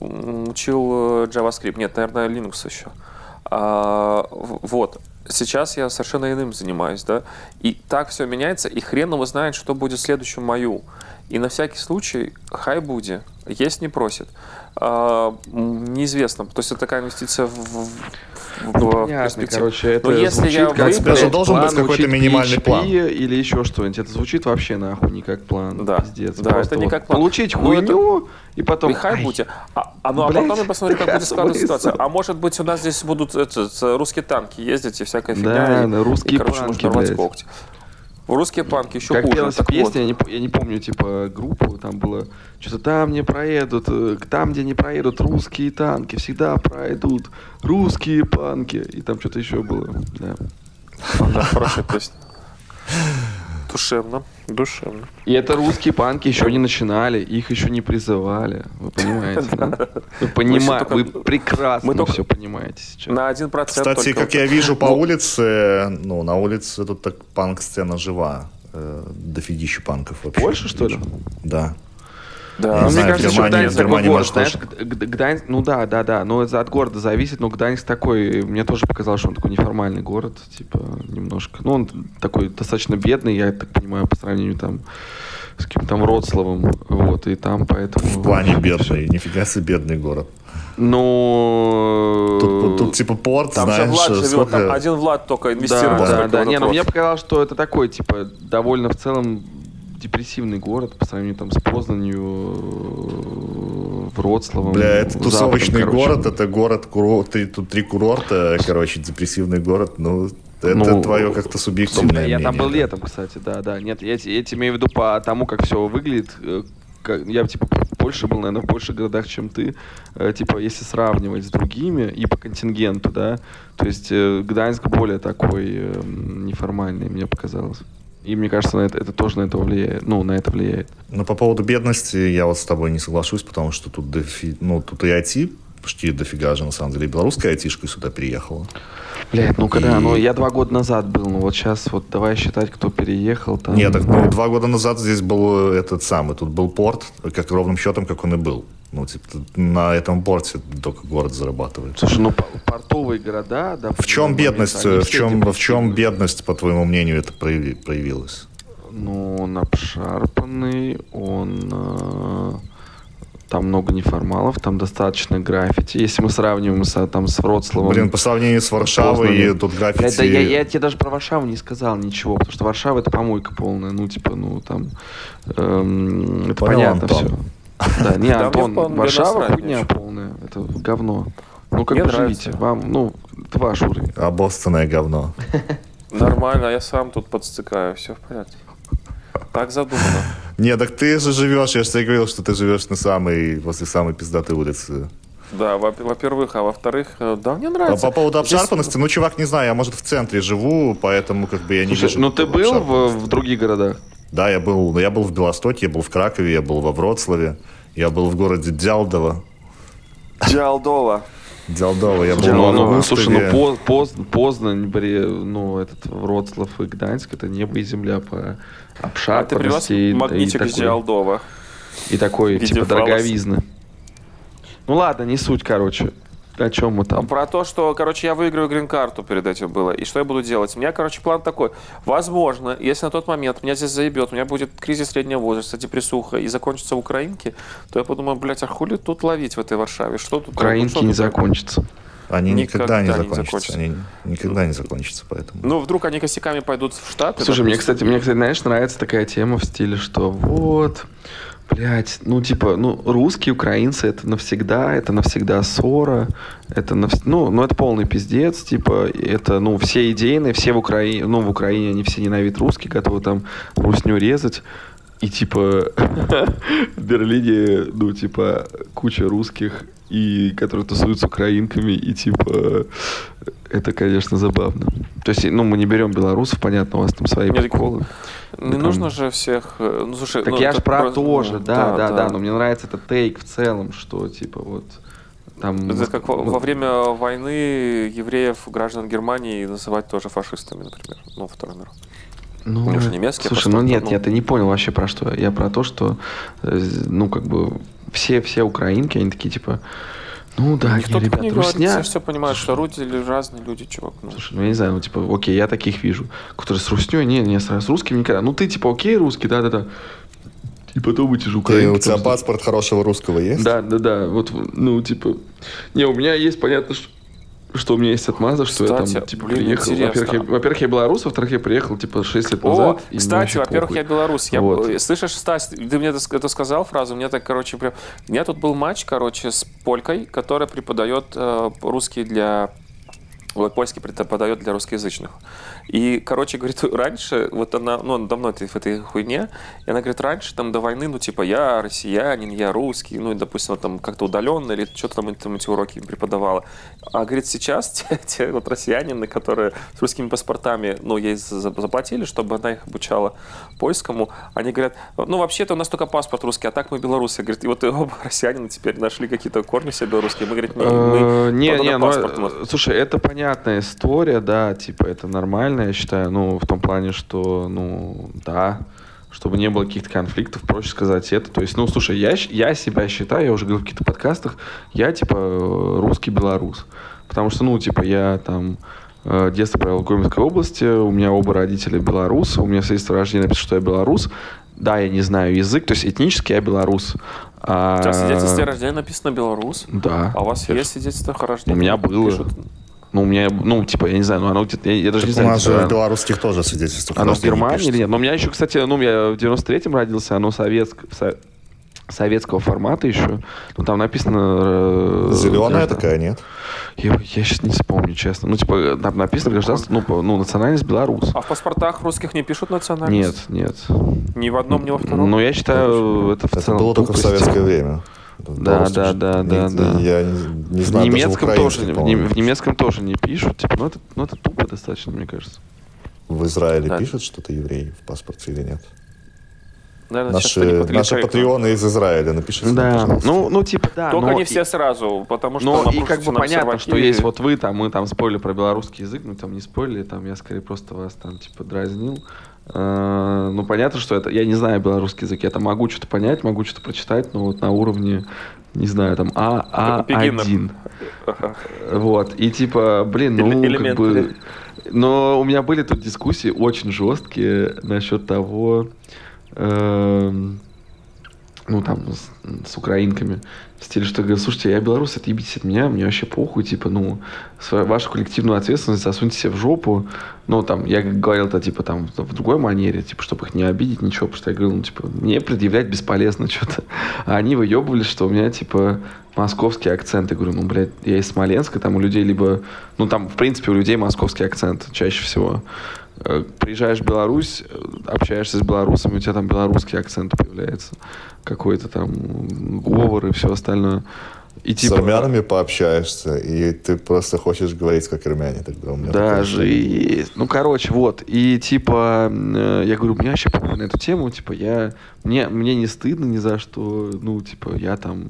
учил JavaScript. Нет, наверное, Linux еще. А, вот. Сейчас я совершенно иным занимаюсь, да. И так все меняется, и хрен его знает, что будет в следующем мою. И на всякий случай, хай буди, есть не просит. А, неизвестно. То есть это такая инвестиция в, в, Ну, в понятно, перспективу. короче, это Но если звучит я как, выиграю- Даже должен быть план какой-то учить минимальный пи эйч пи план. или еще что-нибудь. Это звучит вообще нахуй не как план. Да, Пиздец. да, Просто это не вот как план. получить Ну, хуйню и потом... И хай ай, будьте. А, а, ну, а блядь, потом я посмотрю, как какая будет складываться смысл? ситуация. А может быть, у нас здесь будут это, русские танки ездить и всякая Да, фигня. и, да, русские и, короче, панки, можно рвать блядь. когти. Русские панки еще как хуже. пелась Так песня, вот. я, не, п- я не помню, типа, группу, там было что-то там не проедут, э, там, где не проедут русские танки, всегда пройдут русские панки. И там что-то еще было, да. Да, хорошая песня. Душевно, душевно. И это русские панки еще не начинали, их еще не призывали. Вы понимаете, да? Вы понимаете, только- вы прекрасно мы только- все понимаете сейчас. На один процент Кстати, только как вот я это. вижу по Ну, улице, ну, на улице тут так панк-сцена жива. Э, дофигища панков вообще. Больше, что ли? Да. Да, Не Ну, мне знаю, в кажется, что Германии- Гданьск в такой Германии, город, может, знаешь, тоже. Г- Г- Гданьск, ну да, да, да, но это от города зависит, но Гданьск такой, мне тоже показалось, что он такой неформальный город, типа, немножко, ну, он такой достаточно бедный, я так понимаю, по сравнению там с каким-то там Вроцлавом, вот, и там поэтому... В плане бедный. Нифига себе бедный город. Ну... Тут, тут типа порт, там знаешь... же Влад живет, сколько... там один Влад только инвестировал. Да, да, да. В Не, ну порт. мне показалось, что это такой, типа, довольно в целом депрессивный город по сравнению там с Познанью, Вроцлавом. Бля, это тусовочный Западом, город, это город, курорт, три, тут три курорта, короче, депрессивный город, ну, это Ну, твое как-то субъективное Я мнение. там был да. летом, кстати, да, да. Нет, я, я тебе имею в виду по тому, как все выглядит. э, как- Я, типа, в Польше был, наверное, в больших городах, чем ты. Э, Типа, если сравнивать с другими и по контингенту, да, то есть э, Гданьск более такой э, м, неформальный, мне показалось. И мне кажется, на это, это тоже на это влияет. Ну, на это влияет. Но по поводу бедности я вот с тобой не соглашусь, потому что тут, дофи... ну, тут и ай ти почти дофига же, на самом деле. Белорусская айтишка сюда приехала. Блядь, ну когда, И- ну я два года назад был, ну вот сейчас вот давай считать, кто переехал там. Нет, так, ну, два года назад здесь был этот самый, тут был порт, как ровным счетом, как он и был. Ну, типа, тут на этом порте только город зарабатывает. Слушай, ну по- портовые города, да. В чем бедность, в чем, в чем бедность, по твоему мнению, это прояви- проявилась? Ну, он обшарпанный, он... э, там много неформалов, там достаточно граффити. Если мы сравниваем с, там, с Вроцлавом... Блин, по сравнению с Варшавой, Познанем. тут Да, граффити... да, я, я тебе даже про Варшаву не сказал ничего, потому что Варшава — это помойка полная. Ну, типа, ну, там... эм, это Понял, понятно Антон. все. Да, не, Да, мне Антон, вполне Варшава насрать хуйня ничего. полная. Это говно. Ну, как Мне бы нравится. живите. Вам, ну, это ваш уровень. Обоссанное говно. Нормально, я сам тут подстыкаю, все в порядке. Так задумано. Не, так ты же живешь, я же тебе говорил, что ты живешь на самой, возле самой пиздатой улицы. Да, во- во-первых, а во-вторых, э, да, мне А нравится. по поводу Здесь- обшарпанности, ну, чувак, не знаю, я, может, в центре живу, поэтому как бы я не Слушай, вижу... ну ты был в, обшарпанности. в других городах? Да, я был, я был в Белостоке, я был в Кракове, я был во Вроцлаве, я был в городе Дялдово. Дялдова. Дялдово, я был Ну, в ну, Августове. слушай, ну Поз- Поз- Познань, Бре- ну этот Вроцлав и Гданьск — это небо и земля по А ты обшарпанности привез и, и магнитик из такой, Дялдова? и такой в виде типа фалоса? дороговизны. Ну ладно, не суть, короче. О чем мы там? Про то, что, короче, я выиграю грин-карту перед этим было. И что я буду делать? У меня, короче, план такой. Возможно, если на тот момент меня здесь заебет, у меня будет кризис среднего возраста, депрессуха и закончится в Украинке, то я подумаю, блядь, а хули тут ловить в этой Варшаве? Что тут? Украинки ну, что не тут? закончатся. Они никогда, Никогда не не закончатся. закончатся. Они никогда не закончатся, поэтому... Ну, вдруг они косяками пойдут в Штаты. Слушай, мне, допустим. кстати, мне, кстати, знаешь, нравится такая тема в стиле, что вот, блядь, ну, типа, ну, русские, украинцы — это навсегда, это навсегда ссора, это, навс... ну, ну, это полный пиздец, типа, это, ну, все идейные, все в Украине, ну, в Украине они все ненавидят русских, готовы там русню резать, и, типа, в Берлине, ну, типа, куча русских, и которые тусуют с украинками, и, типа, это, конечно, забавно. То есть, ну, мы не берем белорусов, понятно, у вас там свои Нет, приколы. Не там- нужно же всех... э, Ну, слушай, Так ну, я это ж про просто- то же, ну, да, да, да, но мне нравится этот тейк в целом, что, типа, вот, там... Это как во, ну, во время войны евреев, граждан Германии называть тоже фашистами, например. Ну, Второй мир. Ну, У них же немецкий слушай, паспорт, ну нет, ну. нет, ты не понял вообще про что. Я про то, что, э, ну, как бы, все, все украинки, они такие, типа, ну да, Никто не, так не ребят, говорит, русня. все, все понимают, что люди разные люди, чувак. Ну. Слушай, ну я не знаю, ну типа, окей, я таких вижу, которые с русней, не, не, с, с русским никогда. Ну ты типа, окей, русский, да-да-да. И подумайте же, Ты, украинцы. у тебя там, паспорт хорошего русского есть? Да, да, да. Вот, ну, типа. Не, у меня есть, понятно, что, что у меня есть отмаза, что я Кстати, там, типа, блин, приехал. интересно. Во-первых, я, во-первых, я белорус, во-вторых, я приехал, типа, шесть лет О, назад. и мне кстати, вообще во-первых, похуй. я белорус. Я, Вот. э, Слышишь, Стас, ты мне это, это сказал фразу, мне так, короче, прям... У меня тут был матч, короче, с полькой, которая преподает э, русский для... Вот, польский преподает для русскоязычных. И, короче, говорит, раньше, вот она, ну, она давно в этой хуйне, и она говорит, раньше, там, до войны, ну, типа, я россиянин, я русский, ну, и, допустим, вот, там, как-то удаленно, или что-то там, там эти уроки им преподавала. А, говорит, сейчас те, те вот россиянины, которые с русскими паспортами, ну, ей за- заплатили, чтобы она их обучала польскому, они говорят, ну, вообще-то у нас только паспорт русский, а так мы белорусы. Говорит, и вот и оба россиянина теперь нашли какие-то корни себе белорусские. Мы, говорит, не, Э, мы Не, только не, ну, паспорт у нас. э, слушай, это понятная история, да, типа, это нормально, я считаю, ну, в том плане, что, ну, да, чтобы не было каких-то конфликтов, проще сказать это. То есть, ну, слушай, я, щ- я себя считаю, я уже говорил в каких-то подкастах, я, типа, э, русский белорус. Потому что, ну, типа, я там э, детство провел в Гомельской области, у меня оба родителя белорусы, у меня в свидетельстве о рождении написано, что я белорус. Да, я не знаю язык, то есть этнически я белорус. А... У тебя в свидетельстве о рождении написано белорус? Да. А у вас есть свидетельство о рождении? У меня было. Пишут... Ну, у меня, ну, типа, я не знаю, ну, оно где-то, я, я даже так не знаю. У нас где-то, же в белорусских тоже свидетельство. Оно в Германии или нет? Но у меня еще, кстати, ну, я в девяносто третьем родился, оно советск, со, советского формата еще. Ну, там написано... Зеленая такая, нет? Я, я сейчас не вспомню, честно. Ну, типа, там написано гражданство, ну, по, ну, национальность белорус. А в паспортах русских не пишут национальность? Нет, нет. Ни в одном, ни во втором? Ну, я считаю, это в это целом было только в советское время. Да, да, да, да, да. Я не, не знаю, в немецком даже в тоже, в, нем, в немецком тоже не пишут. Типа, ну это, ну это тупо достаточно, мне кажется. В Израиле да. пишут, что ты еврей в паспорте или нет? Наверное, наши, наши патреоны из Израиля, напишите да. нам, ну, ну, типа, да. Только не и... все сразу, потому что... Ну, и как бы понятно, что и... есть вот вы там, мы там спорили про белорусский язык, ну, там не спорили, там я скорее просто вас там, типа, дразнил. Uh, ну, понятно, что это... Я не знаю белорусский язык, я там могу что-то понять, могу что-то прочитать, но вот на уровне, не знаю, там, А, А, один. Вот, и типа, блин, ну, Элемент, как бы... Но у меня были тут дискуссии очень жесткие насчет того... Uh, ну, там, с, с украинками, в стиле, что говорят, слушайте, я белорус, отъебитесь от меня, мне вообще похуй, типа, ну, свою, вашу коллективную ответственность засуньте себе в жопу. Ну, там, я говорил это, типа, там, в другой манере, типа, чтобы их не обидеть, ничего, потому что я говорил, ну, типа, мне предъявлять бесполезно что-то. А они выебывались, что у меня, типа, московский акцент. Я говорю, ну, блядь, я из Смоленска, там у людей либо... Ну, там, в принципе, у людей московский акцент чаще всего. Приезжаешь в Беларусь, общаешься с белорусами, у тебя там белорусский акцент появляется. Какой-то там говор и все остальное. И с типа... армянами пообщаешься, и ты просто хочешь говорить как армяне. Тогда у меня даже и есть. Ну, короче, вот. И типа, я говорю, у меня вообще похуй на эту тему. Типа, я... Мне, мне не стыдно ни за что. Ну, типа, я там...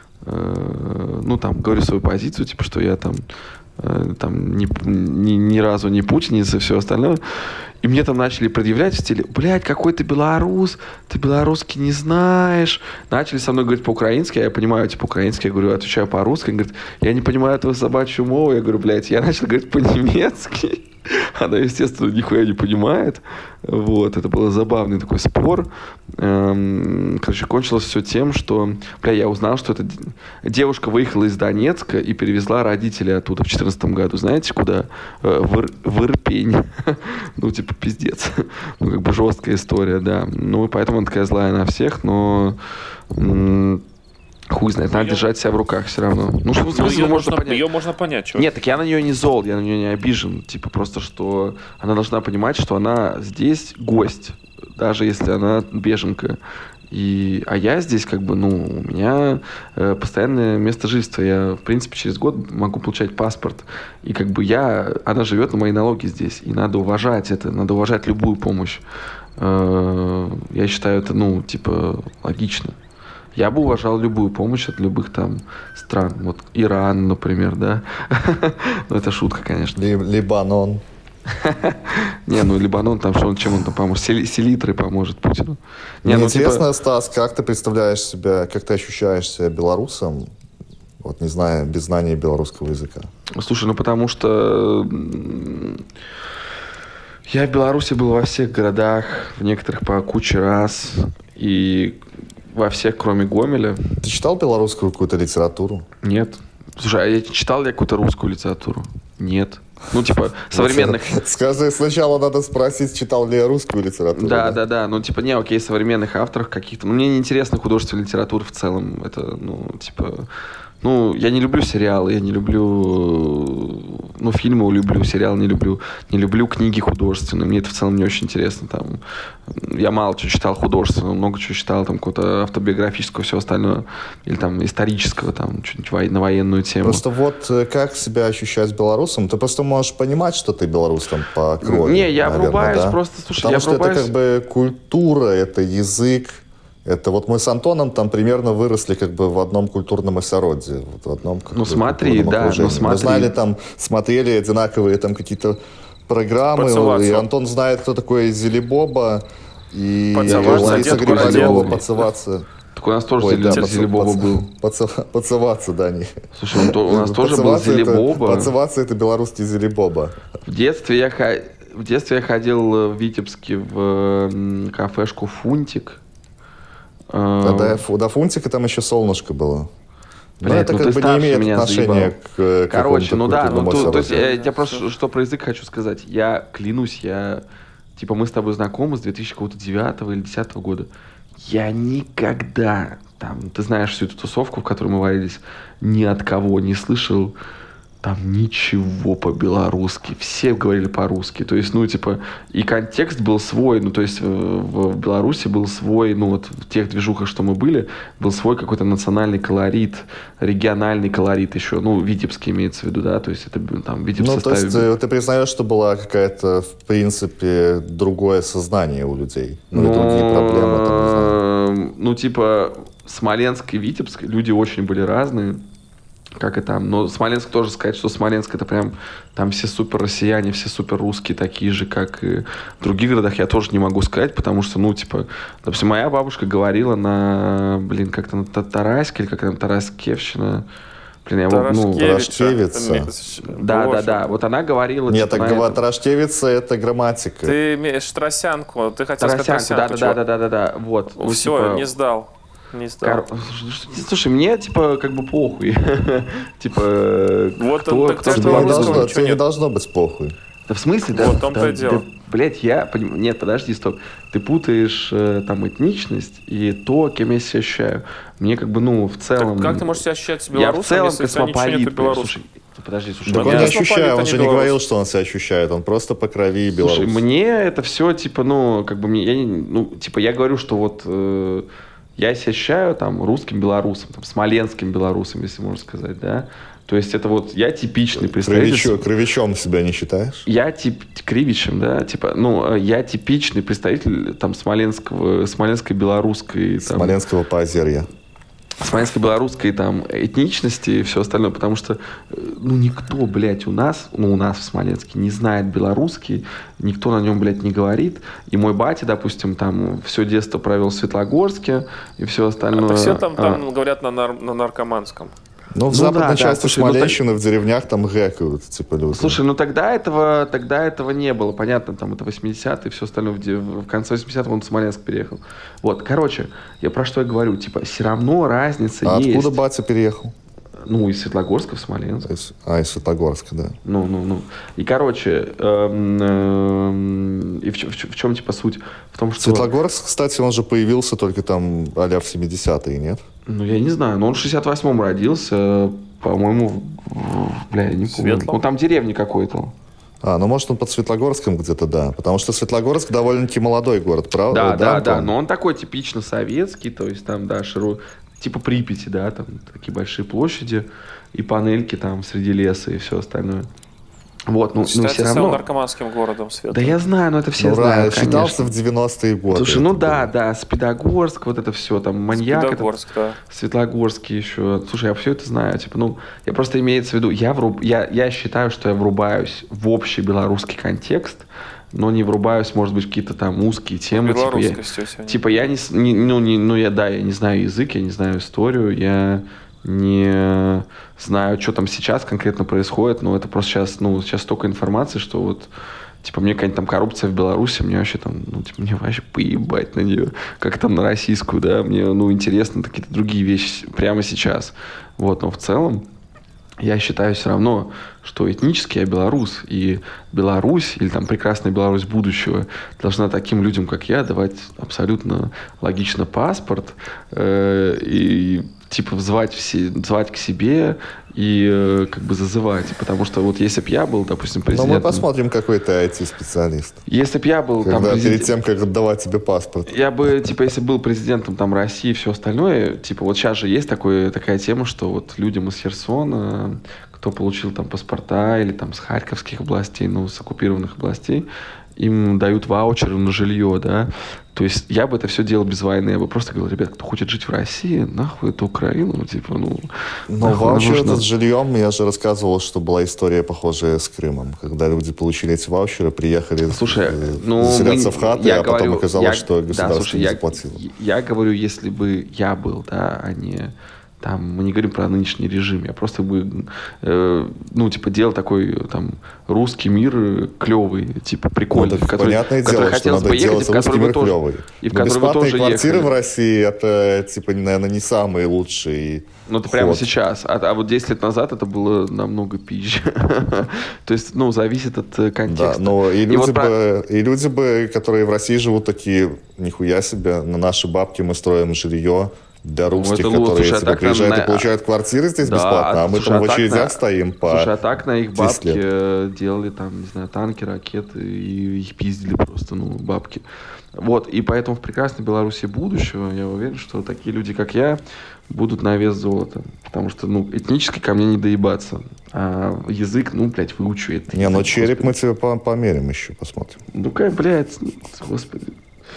Э, ну, там, говорю свою позицию, типа, что я там... там ни, ни, ни разу не путиница и все остальное. И мне там начали предъявлять в стиле, блядь, какой ты белорус, ты белорусский не знаешь. Начали со мной говорить по-украински, а я понимаю, типа, украинский, я говорю, отвечаю по-русски. Он говорит, я не понимаю этого собачью мову. Я говорю, блядь, я начал говорить по-немецки. Она, естественно, нихуя не понимает. Вот, это был забавный такой спор. Короче, кончилось все тем, что, бля, я узнал, что эта девушка выехала из Донецка и перевезла родителей оттуда в две тысячи четырнадцатом году. Знаете, куда? В, Ир- в Ирпень. Ну, типа, пиздец. Ну, как бы жесткая история, да. Ну, и поэтому она такая злая на всех, но... Хуй знает, надо ее... держать себя в руках все равно. Ну, что, в смысле, ее, можно можно, понять. ее можно понять. Чё? Нет, так я на нее не зол, я на нее не обижен. Типа просто, что она должна понимать, что она здесь гость, даже если она беженка. И, а я здесь как бы, ну, у меня э, постоянное место жительства. Я, в принципе, через год могу получать паспорт. И как бы я, она живет на мои налоги здесь. И надо уважать это, надо уважать любую помощь. Э, я считаю это, ну, типа, логично. Я бы уважал любую помощь от любых там стран. Вот Иран, например, да. Ну, это шутка, конечно. Либанон. Не, ну Либанон, там что он, чем он там поможет? Селитрой поможет Путину. Мне интересно, Стас, как ты представляешь себя, как ты ощущаешь себя белорусом, вот не знаю, без знания белорусского языка? Слушай, ну потому что я в Беларуси был во всех городах, в некоторых по куче раз, и во всех, кроме Гомеля. Ты читал белорусскую какую-то литературу? Нет. Слушай, а я читал ли какую-то русскую литературу? Нет. Ну, типа, современных... Скажи, сначала надо спросить, читал ли я русскую литературу. Да, да, да. Ну, типа, не, окей, современных авторов каких-то. Ну, мне не интересна художественная литература в целом. Это, ну, типа... Ну, я не люблю сериалы, я не люблю... Ну, фильмы люблю, сериалы не люблю. Не люблю книги художественные. Мне это в целом не очень интересно. Там, я мало чего читал художественного, много чего читал, там, какого-то автобиографического, все остальное. Или там исторического, там, что-нибудь на военную тему. Просто вот как себя ощущать белорусом? Ты просто можешь понимать, что ты белорус там по крови. Не, я наверное, врубаюсь да? просто, слушай, Потому я что врубаюсь... это как бы культура, это язык. Это вот мы с Антоном там примерно выросли как бы в одном культурном осороде, вот в одном ну, смотри, да, окружении. Ну, смотри. Мы знали там, смотрели одинаковые там какие-то программы, и Антон знает, кто такой Зелебоба, и Лариса Грибалева, «Поцеловаться». Так у нас тоже Ой, Зелеб... да, Зелебоба поц... был. Поц... Поцеловаться, да, не. Слушай, он, у нас тоже был Зелебоба. Поцеловаться — это белорусский Зелебоба. В детстве я, х... в детстве я ходил в Витебске в кафешку «Фунтик». А до, до Фунтика там еще солнышко было. Блядь, ну, это ну как бы не имеет отношения к, к Короче, ну да, ну то, то есть я, да. я просто что про язык хочу сказать. Я клянусь, я... Типа мы с тобой знакомы с две тысячи девятого или две тысячи десятого года. Я никогда, там, ты знаешь всю эту тусовку, в которой мы варились, ни от кого не слышал там ничего по-белорусски. Все говорили по-русски. То есть, ну, типа, и контекст был свой. Ну, то есть, в, в Беларуси был свой, ну, вот в тех движухах, что мы были, был свой какой-то национальный колорит, региональный колорит еще. Ну, Витебский имеется в виду, да? То есть, это там Витебск Ну, составе... то есть, ты признаешь, что была какая-то, в принципе, другое сознание у людей? Ну, ну, и другие проблемы, там, не знаю. Ну, типа, Смоленск и Витебск, люди очень были разные. Как и там. Но Смоленск тоже сказать, что Смоленск это прям там все супер россияне, все супер русские, такие же, как и в других городах, я тоже не могу сказать, потому что, ну, типа, допустим, моя бабушка говорила на, блин, как-то на Тараське, или как-то на Тараскевщина. Блин, я вот, ну... Тараштевица. Да, да, да. Вот она говорила... Нет, типа, так говорю, Тараштевица это грамматика. Ты имеешь Тарасянку, ты хотел сказать Тарасянку, да, да, да, да, да, да, вот. Ну, все, типа... не сдал. Не стал. Слушай, мне, типа, как бы похуй. Типа, вот кто, он, кто, так тебе не должно, тебе не должно быть похуй. Да в смысле? Вот да, в том-то да, и дело. Да, блять, я... Поним... Нет, подожди, стоп. Ты путаешь э, там этничность и то, кем я себя ощущаю. Мне как бы, ну, в целом... Так как ты можешь себя ощущать белорусом, я в целом если у тебя ничего нет белорусского? Слушай, подожди, слушай. Так меня... он не ощущает, он же не белорус. говорил, что он себя ощущает, он просто по крови белорус. Слушай, мне это все, типа, ну, как бы, мне, я, не- ну, типа, я говорю, что вот... Э, я себя ощущаю там русским белорусом, там, смоленским белорусом, если можно сказать, да. То есть это вот я типичный представитель... Кровичо, кровичом себя не считаешь? Я тип... Кривичем, да, типа, ну, я типичный представитель там смоленского, смоленской белорусской... Там, Смоленского поозерья. смоленской белорусской там этничности и все остальное, потому что, ну, никто, блядь, у нас, ну, у нас в Смоленске не знает белорусский, никто на нем, блядь, не говорит. И мой батя, допустим, там все детство провел в Светлогорске и все остальное. А так все там, там а, говорят на, нар- на наркоманском. Ну, в Ну западной да, да, части слушай, ну Смоленщины, в деревнях там гэкают, типа, люди. Слушай, ну тогда этого, тогда этого не было, понятно, там это восьмидесятые и все остальное, в, де- в конце восьмидесятых он в Смоленск переехал. Вот, короче, я про что я говорю, типа, все равно разница А есть. откуда батя переехал? Ну, из Светлогорска в Смоленск. Из- А, из Светлогорска, да. Ну, ну, ну. И, короче, эм, эм, и в, чё- в чё- в чем, типа, суть? В том, что... Светлогорск, кстати, он же появился только там а-ля в семидесятые, нет? Ну, я не знаю, но он в шестьдесят восьмом родился, по-моему, в- в- бля, я не помню. Светлом? Ну, там деревня какой-то. А, ну, может, он под Светлогорском где-то, да. Потому что Светлогорск довольно-таки молодой город, правда? Да, да, да, Антон? но он такой типично советский, то есть там, да, широ... типа Припяти, да, там такие большие площади и панельки там среди леса и все остальное. Вот, ну, ну Считается все равно... самым наркоманским городом света. Да я знаю, но это все Ну, знают, ра- считался конечно. в девяностые годы. Слушай, ну это да, было. да, Спидогорск, вот это все, там, маньяк, это, Педагорск, да. Светлогорский еще. Слушай, я все это знаю, типа, ну, я просто имеется в виду, я, вруб... я, я считаю, что я врубаюсь в общий белорусский контекст, но не врубаюсь, может быть, в какие-то там узкие темы. Типа, я, Белорусскостью сегодня. типа, я не, с- не- ну, не, ну, я, да, я не знаю язык, я не знаю историю, я не знаю, что там сейчас конкретно происходит, но это просто сейчас, ну, сейчас столько информации, что вот, типа, мне какая-нибудь там коррупция в Беларуси, мне вообще там, ну, типа, мне вообще поебать на нее, как там на российскую, да, мне, ну, интересны какие-то другие вещи прямо сейчас, вот, но в целом я считаю все равно, что этнически я белорус, и Беларусь, или там прекрасная Беларусь будущего, должна таким людям, как я, давать абсолютно логично паспорт э, и типа звать, все, звать к себе и э, как бы зазывать. Потому что вот если бы я был, допустим, Но президентом... мы посмотрим, какой ты ай ти-специалист. Если бы я был там Когда президент- перед тем, как отдавать тебе паспорт. Я бы, типа, если был президентом там России и все остальное, типа, вот сейчас же есть такое, такая тема, что вот людям из Херсона, кто получил там паспорта или там с Харьковских областей, ну, с оккупированных областей, им дают ваучеры на жилье, да. То есть я бы это все делал без войны. Я бы просто говорил, ребят, кто хочет жить в России, нахуй эту Украину, ну, типа, ну... Но нахуй ваучер нужно. этот с жильем, я же рассказывал, что была история похожая с Крымом. Когда люди получили эти ваучеры, приехали Слушай, э, ну, заселяться мы- в хаты, я а потом говорю, оказалось, я- что да, государство слушай, не я, заплатило. Я говорю, если бы я был, да, а не там, мы не говорим про нынешний режим, я просто бы, э, ну, типа, делал такой, там, русский мир клевый, типа, прикольный. Ну, который, понятное в дело, что надо делать русский мир тоже, клевый. И в Но бесплатные квартиры ехали. В России, это, типа, наверное, не самые лучшие. Ну, это прямо сейчас. А, а вот десять лет назад это было намного пизже. То есть, ну, зависит от контекста. Да, но и люди, и, вот бы, про... и люди бы, которые в России живут, такие, нихуя себе, на наши бабки мы строим жилье для русских, ну, которые слушай, типа, приезжают на... и получают квартиры здесь да, бесплатно, а мы слушай, там а в очередях на... стоим по Слушай, а так на их бабки лет. Делали там, не знаю, танки, ракеты, и их пиздили просто, ну, бабки. Вот, и поэтому в прекрасной Беларуси будущего, я уверен, что такие люди, как я, будут на вес золота. Потому что, ну, этнически ко мне не доебаться. А язык, ну, блядь, выучу это. Не, ну череп мы тебе померим еще, посмотрим. Ну-ка, блядь, господи.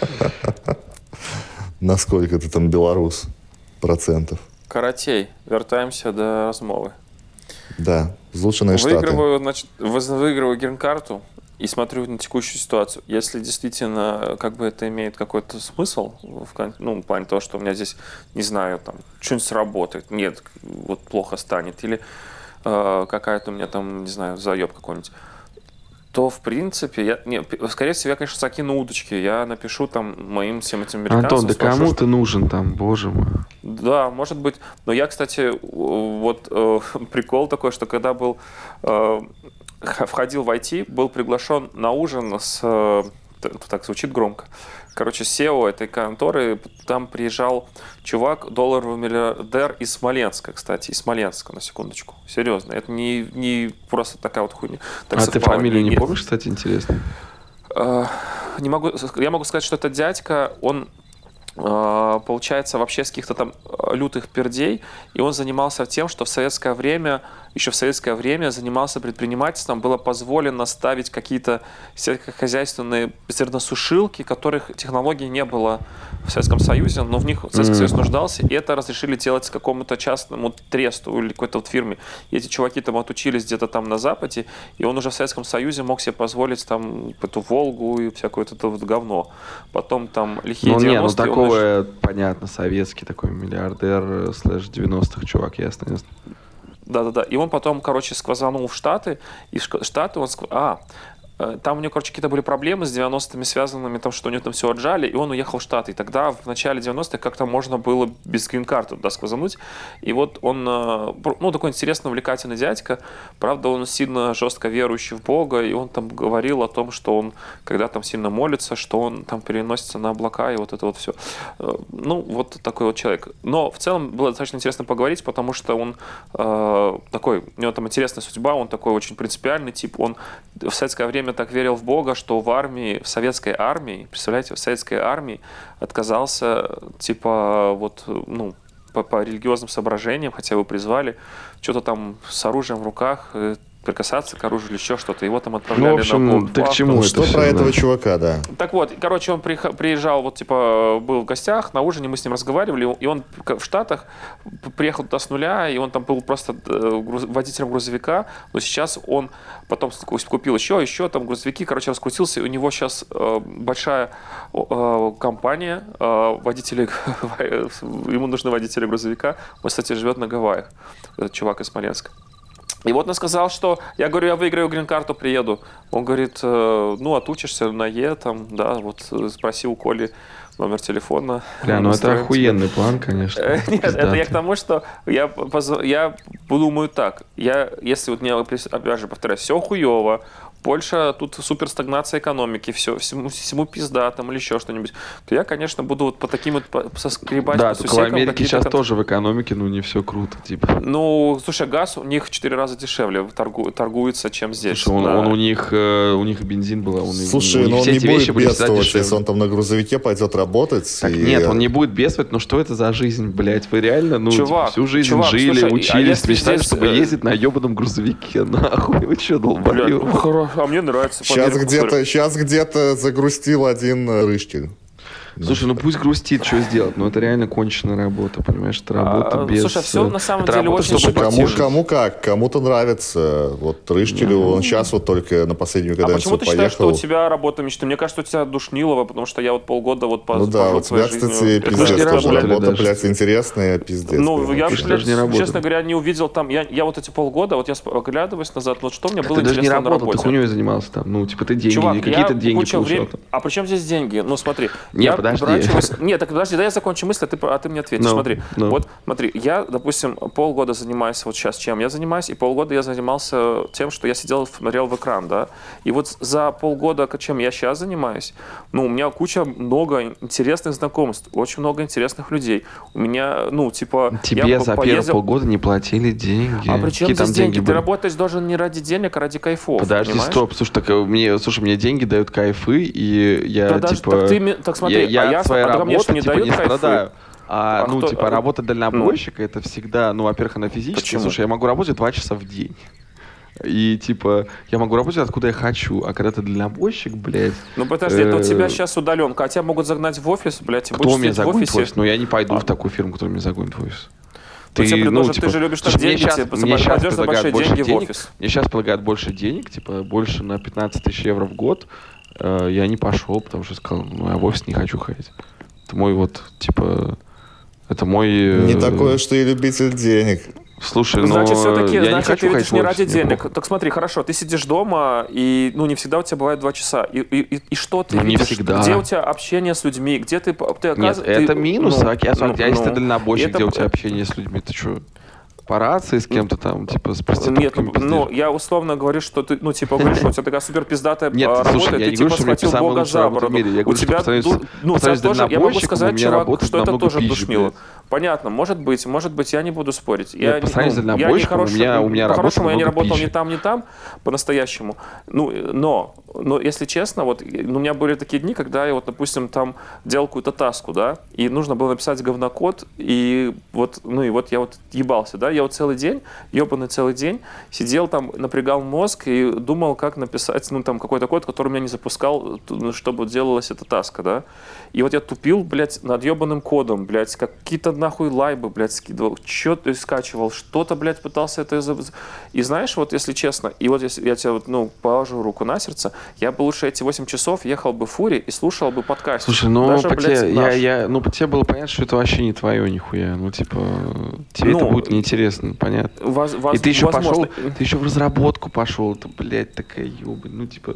Насколько ты там белорус процентов? Каратей, вертаемся до розмовы. Да, злученные Штаты. Выигрываю, значит, выигрываю грин-карту и смотрю на текущую ситуацию. Если действительно, как бы это имеет какой-то смысл, в, ну, в плане того, что у меня здесь, не знаю, там, что-нибудь сработает, нет, вот плохо станет, или э, какая-то у меня там, не знаю, заеб какой-нибудь, то, в принципе, я, не, скорее всего, я, конечно, закину удочки, я напишу там моим всем этим американцам. Антон, да кому что... ты нужен там, боже мой? Да, может быть. Но я, кстати, вот э, прикол такой, что когда был, э, входил в ай ти, был приглашен на ужин с, э, так звучит громко, короче, сео этой конторы, там приезжал чувак, долларовый миллиардер из Смоленска, кстати, из Смоленска, на секундочку. Серьезно, это не, не просто такая вот хуйня. Так а совпало. Ты фамилию не, не помнишь, кстати, интересно? Не могу, я могу сказать, что это дядька, он получается вообще с каких-то там лютых пердей, и он занимался тем, что в советское время, еще в советское время занимался предпринимательством, было позволено ставить какие-то сельскохозяйственные зерносушилки, которых технологий не было в Советском Союзе, но в них Советский Союз нуждался, и это разрешили делать какому-то частному тресту или какой-то вот фирме. И эти чуваки там отучились где-то там на Западе, и он уже в Советском Союзе мог себе позволить там эту Волгу и всякое вот это вот говно. Потом там лихие ну, девяностые. Не, ну такого, он... понятно, советский такой миллиардер слэш девяностых чувак, ясно, ясно. Да-да-да. И он потом, короче, сквозанул в Штаты, и в Штаты он... Скв... А, там у него, короче, какие-то были проблемы с девяностыми связанными, там, что у него там все отжали, и он уехал в Штаты. И тогда в начале девяностых как-то можно было без грин-карты туда сквозануть. И вот он, ну, такой интересный, увлекательный дядька. Правда, он сильно жестко верующий в Бога, и он там говорил о том, что он, когда там сильно молится, что он там переносится на облака, и вот это вот все. Ну, вот такой вот человек. Но в целом было достаточно интересно поговорить, потому что он э, такой, у него там интересная судьба, он такой очень принципиальный тип. Он в советское время так верил в Бога, что в армии, в советской армии, представляете, в советской армии отказался, типа, вот, ну, по, по религиозным соображениям, хотя его призвали, что-то там с оружием в руках, прикасаться к оружию или еще что-то. Его там отправляли, ну, в общем, на ты к чему Что это про все, этого да? чувака, да. Так вот, короче, он приезжал, вот, типа, был в гостях, на ужине мы с ним разговаривали, и он в Штатах приехал туда с нуля, и он там был просто водителем грузовика, но сейчас он потом купил еще, еще там грузовики, короче, раскрутился, и у него сейчас большая компания водителей, ему нужны водители грузовика, он, кстати, живет на Гавайях, этот чувак из Смоленска. И вот он сказал, что я говорю, я выиграю грин-карту, приеду. Он говорит, ну, отучишься на Е, там, да, вот спроси у Коли номер телефона. Бля, ну это охуенный план, конечно. Нет, это я к тому, что я, я думаю так. Я, если вот мне, опять же, повторяю, все хуево, Польша, тут супер стагнация экономики, все, всему, всему пизда там или еще что-нибудь, то я, конечно, буду вот по таким вот по, соскребать. Да, только в Америке сейчас там... тоже в экономике, ну, не все круто, типа. Ну, слушай, газ у них в четыре раза дешевле торгу, торгуется, чем здесь. Слушай, он, да. он у них, э, у них бензин был, он Слушай, у но он не будет бедствовать, если он там на грузовике пойдет работать. Так и... нет, он не будет бедствовать, но что это за жизнь, блядь? Вы реально, ну, чувак, всю жизнь чувак, жили, слушай, учились, а мечтали, здесь... чтобы ездить на ебаном грузовике, нахуй, вы что, долбоёб? Бля, а мне нравится. Сейчас где-то, сейчас где-то загрустил один Рыштель. Слушай, ну пусть грустит, что сделать. Но это реально конченая работа, понимаешь? Это работа а, без... Слушай, все на самом деле работа, очень кому, кому как, кому-то нравится. Вот Рыштелю, mm-hmm. он сейчас вот только на последнюю каденцию поехал. А почему ты поехал. считаешь, что у тебя работа мечты? Мне кажется, у тебя душнилово, потому что я вот полгода вот по, ну да, у тебя, кстати, пиздец, тоже работа, блядь, интересная, пиздец. Ну, я, блядь, честно говоря, не увидел там... Я, я вот эти полгода, вот я оглядываюсь назад, вот что мне было интересно на работе. Ты даже не работал, ты хуйней занимался там. Ну, типа, ты деньги, Чувак, какие-то деньги получал. Врем... А при чем здесь деньги? Ну, смотри. Не, я подожди. Брачилась... Нет, так подожди, да я закончу мысль, а ты, а ты мне ответишь. No, смотри, no. вот, смотри, я, допустим, полгода занимаюсь вот сейчас чем я занимаюсь, и полгода я занимался тем, что я сидел, смотрел в экран, да. И вот за полгода, чем я сейчас занимаюсь, ну, у меня куча много интересных знакомств, очень много интересных людей. У меня, ну, типа... Тебе я за поездил... первые полгода не платили деньги. А при чем здесь деньги? деньги? Ты работаешь должен не ради денег, а ради кайфов. Подожди, понимаешь? стоп, слушай, так мне, слушай, мне деньги дают кайфы, и я, да типа... Даже, так, ты, так смотри, я, я а от своей а работы, не типа, дают не кайфы. страдаю. А, а ну, кто, типа, а... работа дальнобойщика, ну. это всегда, ну, во-первых, она физически. Почему? Слушай, я могу работать два часа в день. И, типа, я могу работать откуда я хочу, а когда ты дальнобойщик, блядь... Ну, подожди, это у тебя сейчас удаленка, а тебя могут загнать в офис, блядь, и Кто меня загонит в офис? Ну, я не пойду а. в такую фирму, которая меня загонит в офис. Ты, тебе предложат, ну, типа, ты же любишь так деньги, сейчас, типа, мне сейчас пойдешь за большие деньги денег, в офис. Мне сейчас предлагают больше денег, типа, больше на пятнадцать тысяч евро в год. Э, я не пошел, потому что сказал, ну, я в офис не хочу ходить. Это мой вот, типа, это мой... Э, не такое, что и любитель денег. Слушай, ну, значит, все-таки, я значит, не хочу ты видишь не ради денег. Плохо. Так смотри, хорошо, ты сидишь дома, и, ну, не всегда у тебя бывает два часа. И, и, и, и что ты ну, видишь? Не всегда. Где у тебя общение с людьми? Где ты... ты Нет, ты, это минус, ну, а, а, ну, а если ну, ты дальнобойщик, это... где у тебя общение с людьми, ты что... По рации с кем-то там, типа, с проститутками? Нет, ну, я условно говорю, что ты, ну, типа, говоришь, что у тебя такая супер пиздатая Нет, работа, слушай, я ты, не типа, говорю, схватил Бога за бороду. Я говорю, у тебя, что ну, у тебя тоже, я могу сказать, чувак, что это тоже душнило. Понятно, может быть, может быть, я не буду спорить. Нет, я, по сравнению ну, с дальнобойщиком, у меня, у меня по-хорошему, я не работал пищи. ни там, ни там, по-настоящему. Ну, но, но, если честно, вот, ну, у меня были такие дни, когда я, вот, допустим, там делал какую-то таску, да, и нужно было написать говнокод, и вот, ну, и вот я вот ебался, да, я вот целый день, ебаный целый день, сидел там, напрягал мозг и думал, как написать, ну, там, какой-то код, который у меня не запускал, чтобы делалась эта таска, да. И вот я тупил, блядь, над ебаным кодом, блядь, какие-то нахуй лайбы, блядь, скидывал, что-то скачивал, что-то, блядь, пытался это... И знаешь, вот если честно, и вот если я тебе, вот, ну, положу руку на сердце, я бы лучше эти восемь часов ехал бы в фуре и слушал бы подкаст. Слушай, ну, Даже, по блядь, те, я, я, ну, по тебе было понятно, что это вообще не твое нихуя. Ну, типа, тебе ну, это будет неинтересно, понятно. Воз, воз, и ты еще возможно. пошел, ты еще в разработку пошел, это, блядь, такая ебань, ну, типа...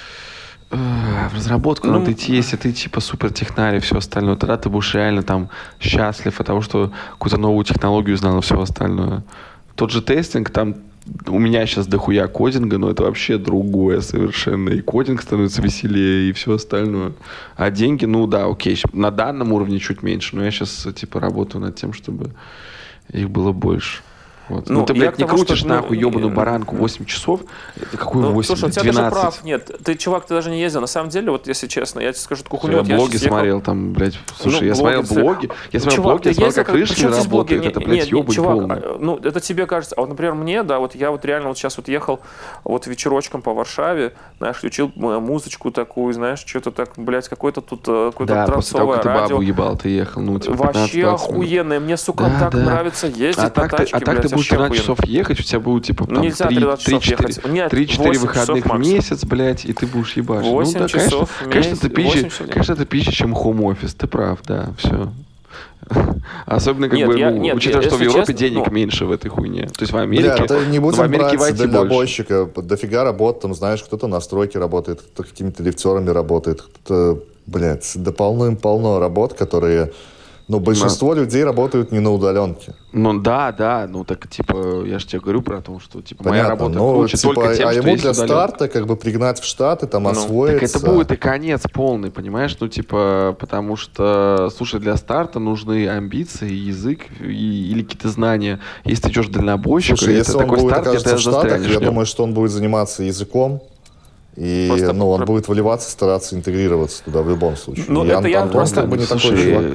В разработку ну, надо идти, если ты типа супер технарь и все остальное, тогда ты будешь реально там счастлив от того, что какую-то новую технологию знал и все остальное. Тот же тестинг, там у меня сейчас дохуя кодинга, но это вообще другое совершенно. И кодинг становится веселее, и все остальное. А деньги, ну да, окей, на данном уровне чуть меньше, но я сейчас типа работаю над тем, чтобы их было больше. Вот. Ну, ну, ты, блядь, не тому, крутишь что, нахуй ну, ебаную баранку восемь часов. Это какой ну, восемь? Слушай, у тебя двенадцать. даже прав нет. Ты, чувак, ты даже не ездил. На самом деле, вот если честно, я тебе скажу такую хуйню. Я вот блоги я смотрел ехал... там, блядь. Слушай, ну, я смотрел блоги. Я смотрел чувак, блоги, я смотрел, как крышки работают. Не, это, блядь, ёбань чувак, полный. Ну, это тебе кажется. А вот, например, мне, да, вот я вот реально вот сейчас вот ехал вот вечерочком по Варшаве, знаешь, включил музычку такую, знаешь, что-то так, блядь, какой-то тут какое-то да, трансовое радио. Да, после того, как ты бабу ебал, ты ехал, ну, типа, вообще охуенное. Мне, сука, да, так да. нравится ездить а на так тачке, ты, А так блядь, ты будешь тринадцать часов ехать, у тебя будет, типа, ну, там, нельзя три-четыре выходных в месяц, блядь, и ты будешь ебашить. восемь ну, да, часов конечно, конечно, это пища, конечно, это пища, чем хоум-офис, ты прав, да, все. Особенно, как нет, бы, я, ну, нет, учитывая, я, что в Европе честно, денег ну... меньше в этой хуйне. То есть в Америке, Бля, не будем в Америке брать дальнобойщика. Больше. Дофига работ, там, знаешь, кто-то на стройке работает, кто-то какими-то лифтерами работает, кто-то, блядь, да полным-полно работ, которые... Но большинство но... людей работают не на удаленке. Ну да, да, ну так типа, я же тебе говорю про то, что типа понятно, моя работа но, круче типа, только тем, а что ему есть для удаленно. старта как бы пригнать в Штаты, там ну, освоиться. Так это будет и конец полный, понимаешь? Ну типа, потому что, слушай, для старта нужны амбиции, язык и, или какие-то знания. Если ты идешь дальнобойщик, слушай, это если он такой будет, старт, где ты в Штатах, я днем. думаю, что он будет заниматься языком. И просто ну, он про... будет вливаться, стараться интегрироваться туда в любом случае. Ну, Ян это я Антон просто... как бы не Слушай, такой чувак.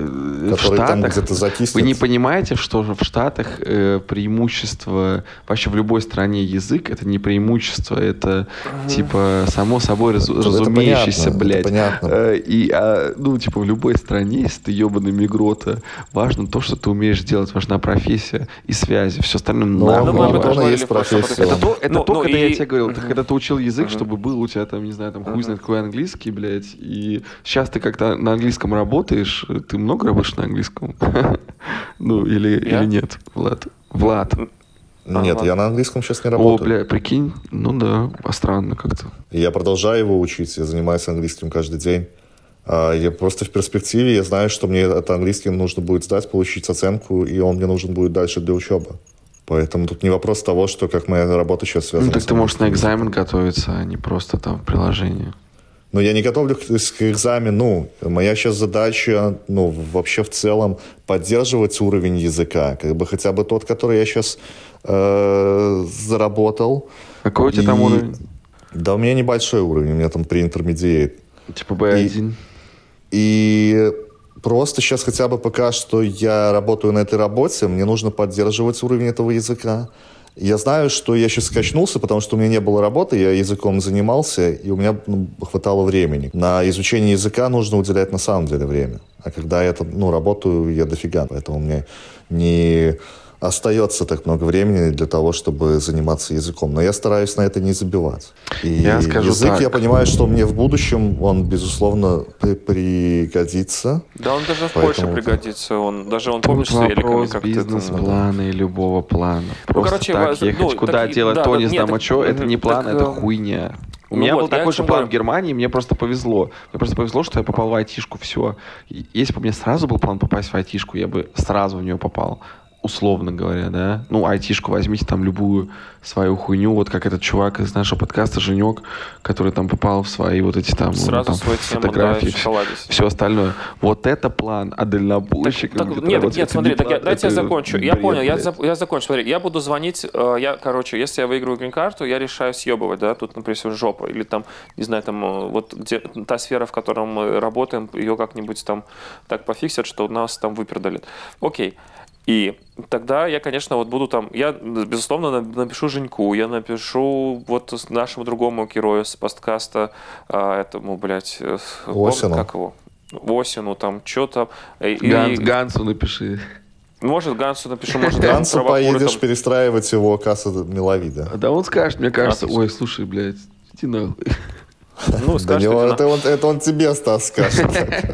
который Штатах, там где-то закиснет. Вы не понимаете, что в Штатах э, преимущество, вообще в любой стране язык, это не преимущество, это угу. типа само собой раз, разумеющееся, понятно, блядь. понятно. Э, и, а, ну, типа в любой стране, если ты ебаный мигрота, важно то, что ты умеешь делать, важна профессия и связи, все остальное ну, нахуй. Ну, Антона есть профессия. Это то, это ну, то ну, когда и... я тебе говорил, ты, когда ты учил язык, угу. чтобы был у тебя там, не знаю, там хуй угу. знает какой английский, блядь, и сейчас ты как-то на английском работаешь, ты много работаешь на английском? Ну, или, или нет, Влад? Влад. Нет, я на английском сейчас не работаю. О, бля, прикинь, ну да, а странно как-то. Я продолжаю его учить, я занимаюсь английским каждый день. Я просто в перспективе, я знаю, что мне это английский нужно будет сдать, получить оценку, и он мне нужен будет дальше для учебы. Поэтому тут не вопрос того, что как моя работа сейчас связана. Ну, так с ты можешь на экзамен готовиться, а не просто там в приложении. Но я не готовлюсь к экзамену. Моя сейчас задача, ну, вообще в целом поддерживать уровень языка. Как бы хотя бы тот, который я сейчас э, заработал. Какой у тебя и... там уровень? Да у меня небольшой уровень, у меня там pre-intermediate. Типа би один. И... и просто сейчас хотя бы пока что я работаю на этой работе, мне нужно поддерживать уровень этого языка. Я знаю, что я сейчас скачнулся, потому что у меня не было работы, я языком занимался, и у меня ну, хватало времени. На изучение языка нужно уделять на самом деле время. А когда я ну, работаю, я дофига. Поэтому у меня не остается так много времени для того, чтобы заниматься языком. Но я стараюсь на это не забивать. И я скажу язык, так. я понимаю, что мне в будущем он, безусловно, при- пригодится. Да, он даже в Поэтому... Польше пригодится. Он, даже он, помнишь, с великами вопрос как-то... бизнес-плана и любого плана. Ну, Просто короче, так вас- ехать, ну, куда так- делать да, то, да, не нет, знаю, так- а что, это не план, так, это э, хуйня. У ну меня вот, был я такой к же чему план говорю. в Германии, мне просто повезло. Мне просто повезло, что я попал в айтишку, все. Если бы у меня сразу был план попасть в айтишку, я бы сразу в нее попал. Условно говоря, да. Ну, айтишку возьмите там любую свою хуйню, вот как этот чувак из нашего подкаста Женек, который там попал в свои вот эти там, Сразу ну, там свой фотографии, тему, да, все, все остальное. Вот это план, а дальнобойщик... Так, так, нет, так, нет, смотри, так я, дайте я закончу. Я понял, я, за, я закончу. Смотри, я буду звонить, э, я, короче, если я выигрываю грин-карту, я решаю съебывать, да, тут, например, жопа, или там, не знаю, там, э, вот где, та сфера, в которой мы работаем, ее как-нибудь там так пофиксят, что у нас там выпердалит. Окей. И тогда я, конечно, вот буду там, я, безусловно, напишу Женьку, я напишу вот нашему другому герою с подкаста, а, этому, блядь, Осину. Как его? Осину, там, что там. Ганс, Гансу напиши. Может, Гансу напишу, может, Гансу поедешь там... перестраивать его кассу Миловида. Да он скажет, мне кажется, Отлично. ой, слушай, блядь, иди нахуй. Ну, скажет, него, иди это, он, это он тебе, Стас, скажет.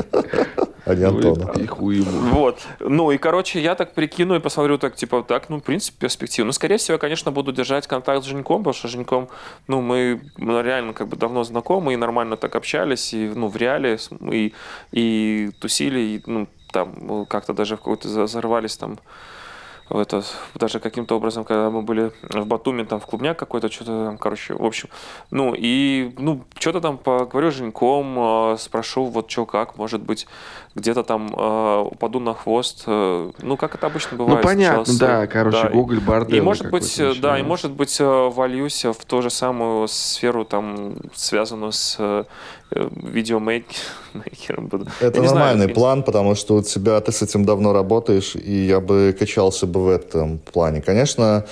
А не Антону. И хуй ему. Вот. Ну, и, короче, я так прикину и посмотрю так, типа, так, ну, в принципе, перспективно. Ну, скорее всего, я, конечно, буду держать контакт с Женьком, потому что с Женьком, ну, мы реально как бы давно знакомы и нормально так общались, и, ну, в реале, и, и тусили, и, ну, там, как-то даже в какой-то взорвались там, в это, даже каким-то образом, когда мы были в Батуми, там, в клубняк какой-то, что-то там, короче, в общем. Ну, и, ну, что-то там поговорю с Женьком, э, спрошу, вот что, как, может быть, где-то там э, упаду на хвост, э, ну, как это обычно бывает. Ну, понятно, сейчас, да, короче, да. Гоголь бордель. И, может быть, да, и, может быть, э, вольюсь в ту же самую сферу, там, связанную с э, видеомейкером. Это я нормальный знаю, план, потому что у тебя, ты с этим давно работаешь, и я бы качался бы в этом плане. Конечно,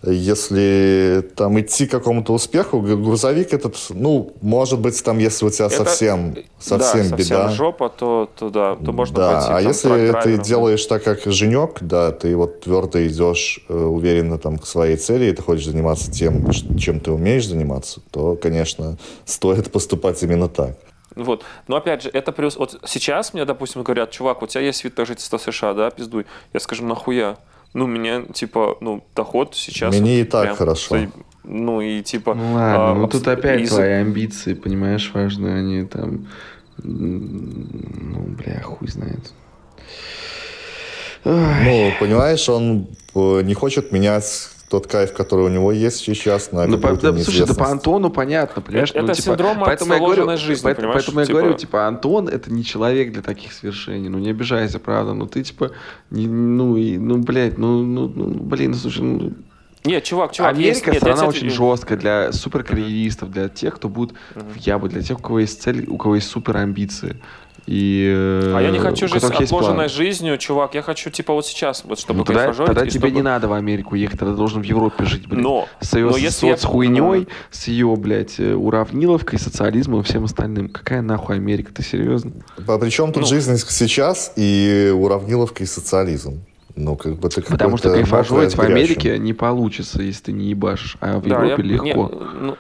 если там идти к какому-то успеху, грузовик этот, ну, может быть, там, если у тебя это, совсем, совсем да, беда. совсем жопа, то, то да, то можно да, пойти. А там, если ты делаешь так, как Женек, да, ты вот твердо идешь э, уверенно там к своей цели, и ты хочешь заниматься тем, чем ты умеешь заниматься, то, конечно, стоит поступать именно так. Вот. Но опять же, это плюс. Вот сейчас мне, допустим, говорят, чувак, у тебя есть вид на жительство США, да, пиздуй. Я скажу, нахуя? Ну, мне, типа, ну, доход сейчас... Мне вот и так прям, хорошо. Ну, и типа... Ну, ладно, а, ну, тут опять из... твои амбиции, понимаешь, важны, они там... Ну, бля, хуй знает. Ну, понимаешь, он не хочет менять тот кайф, который у него есть сейчас, на ну, по, какую-то да, слушай, да по Антону понятно, понимаешь? Это ну, типа, синдром поэтому я говорю, жизни, поэтому, поэтому я типа... говорю, типа, Антон это не человек для таких свершений, ну не обижайся, правда, ну ты типа, не, ну и, ну блядь, ну, ну, ну блин, ну слушай, ну... Нет, чувак, чувак, Америка есть, страна нет, очень я... жесткая для суперкарьеристов, для тех, кто будет uh-huh. в ябу, для тех, у кого есть цель, у кого есть суперамбиции. и А я не хочу у жить которых есть отложенной план. жизнью, чувак. Я хочу, типа, вот сейчас, вот, чтобы Ну, тогда, кайфажорить. тогда и тебе чтобы... не надо в Америку ехать, тогда ты должен в Европе жить, блядь. Но, с ее но если я- соцхуйней, с ее, блядь, э, уравниловкой, социализмом и всем остальным. Какая нахуй Америка? Ты серьезно? А при чем тут Ну. жизнь сейчас и уравниловка и социализм? Ну, как бы это Потому что какое-то кайфажорить в мокрое с Америке горячим. не получится, если ты не ебашишь. А в Да, Европе я- легко. не, ну,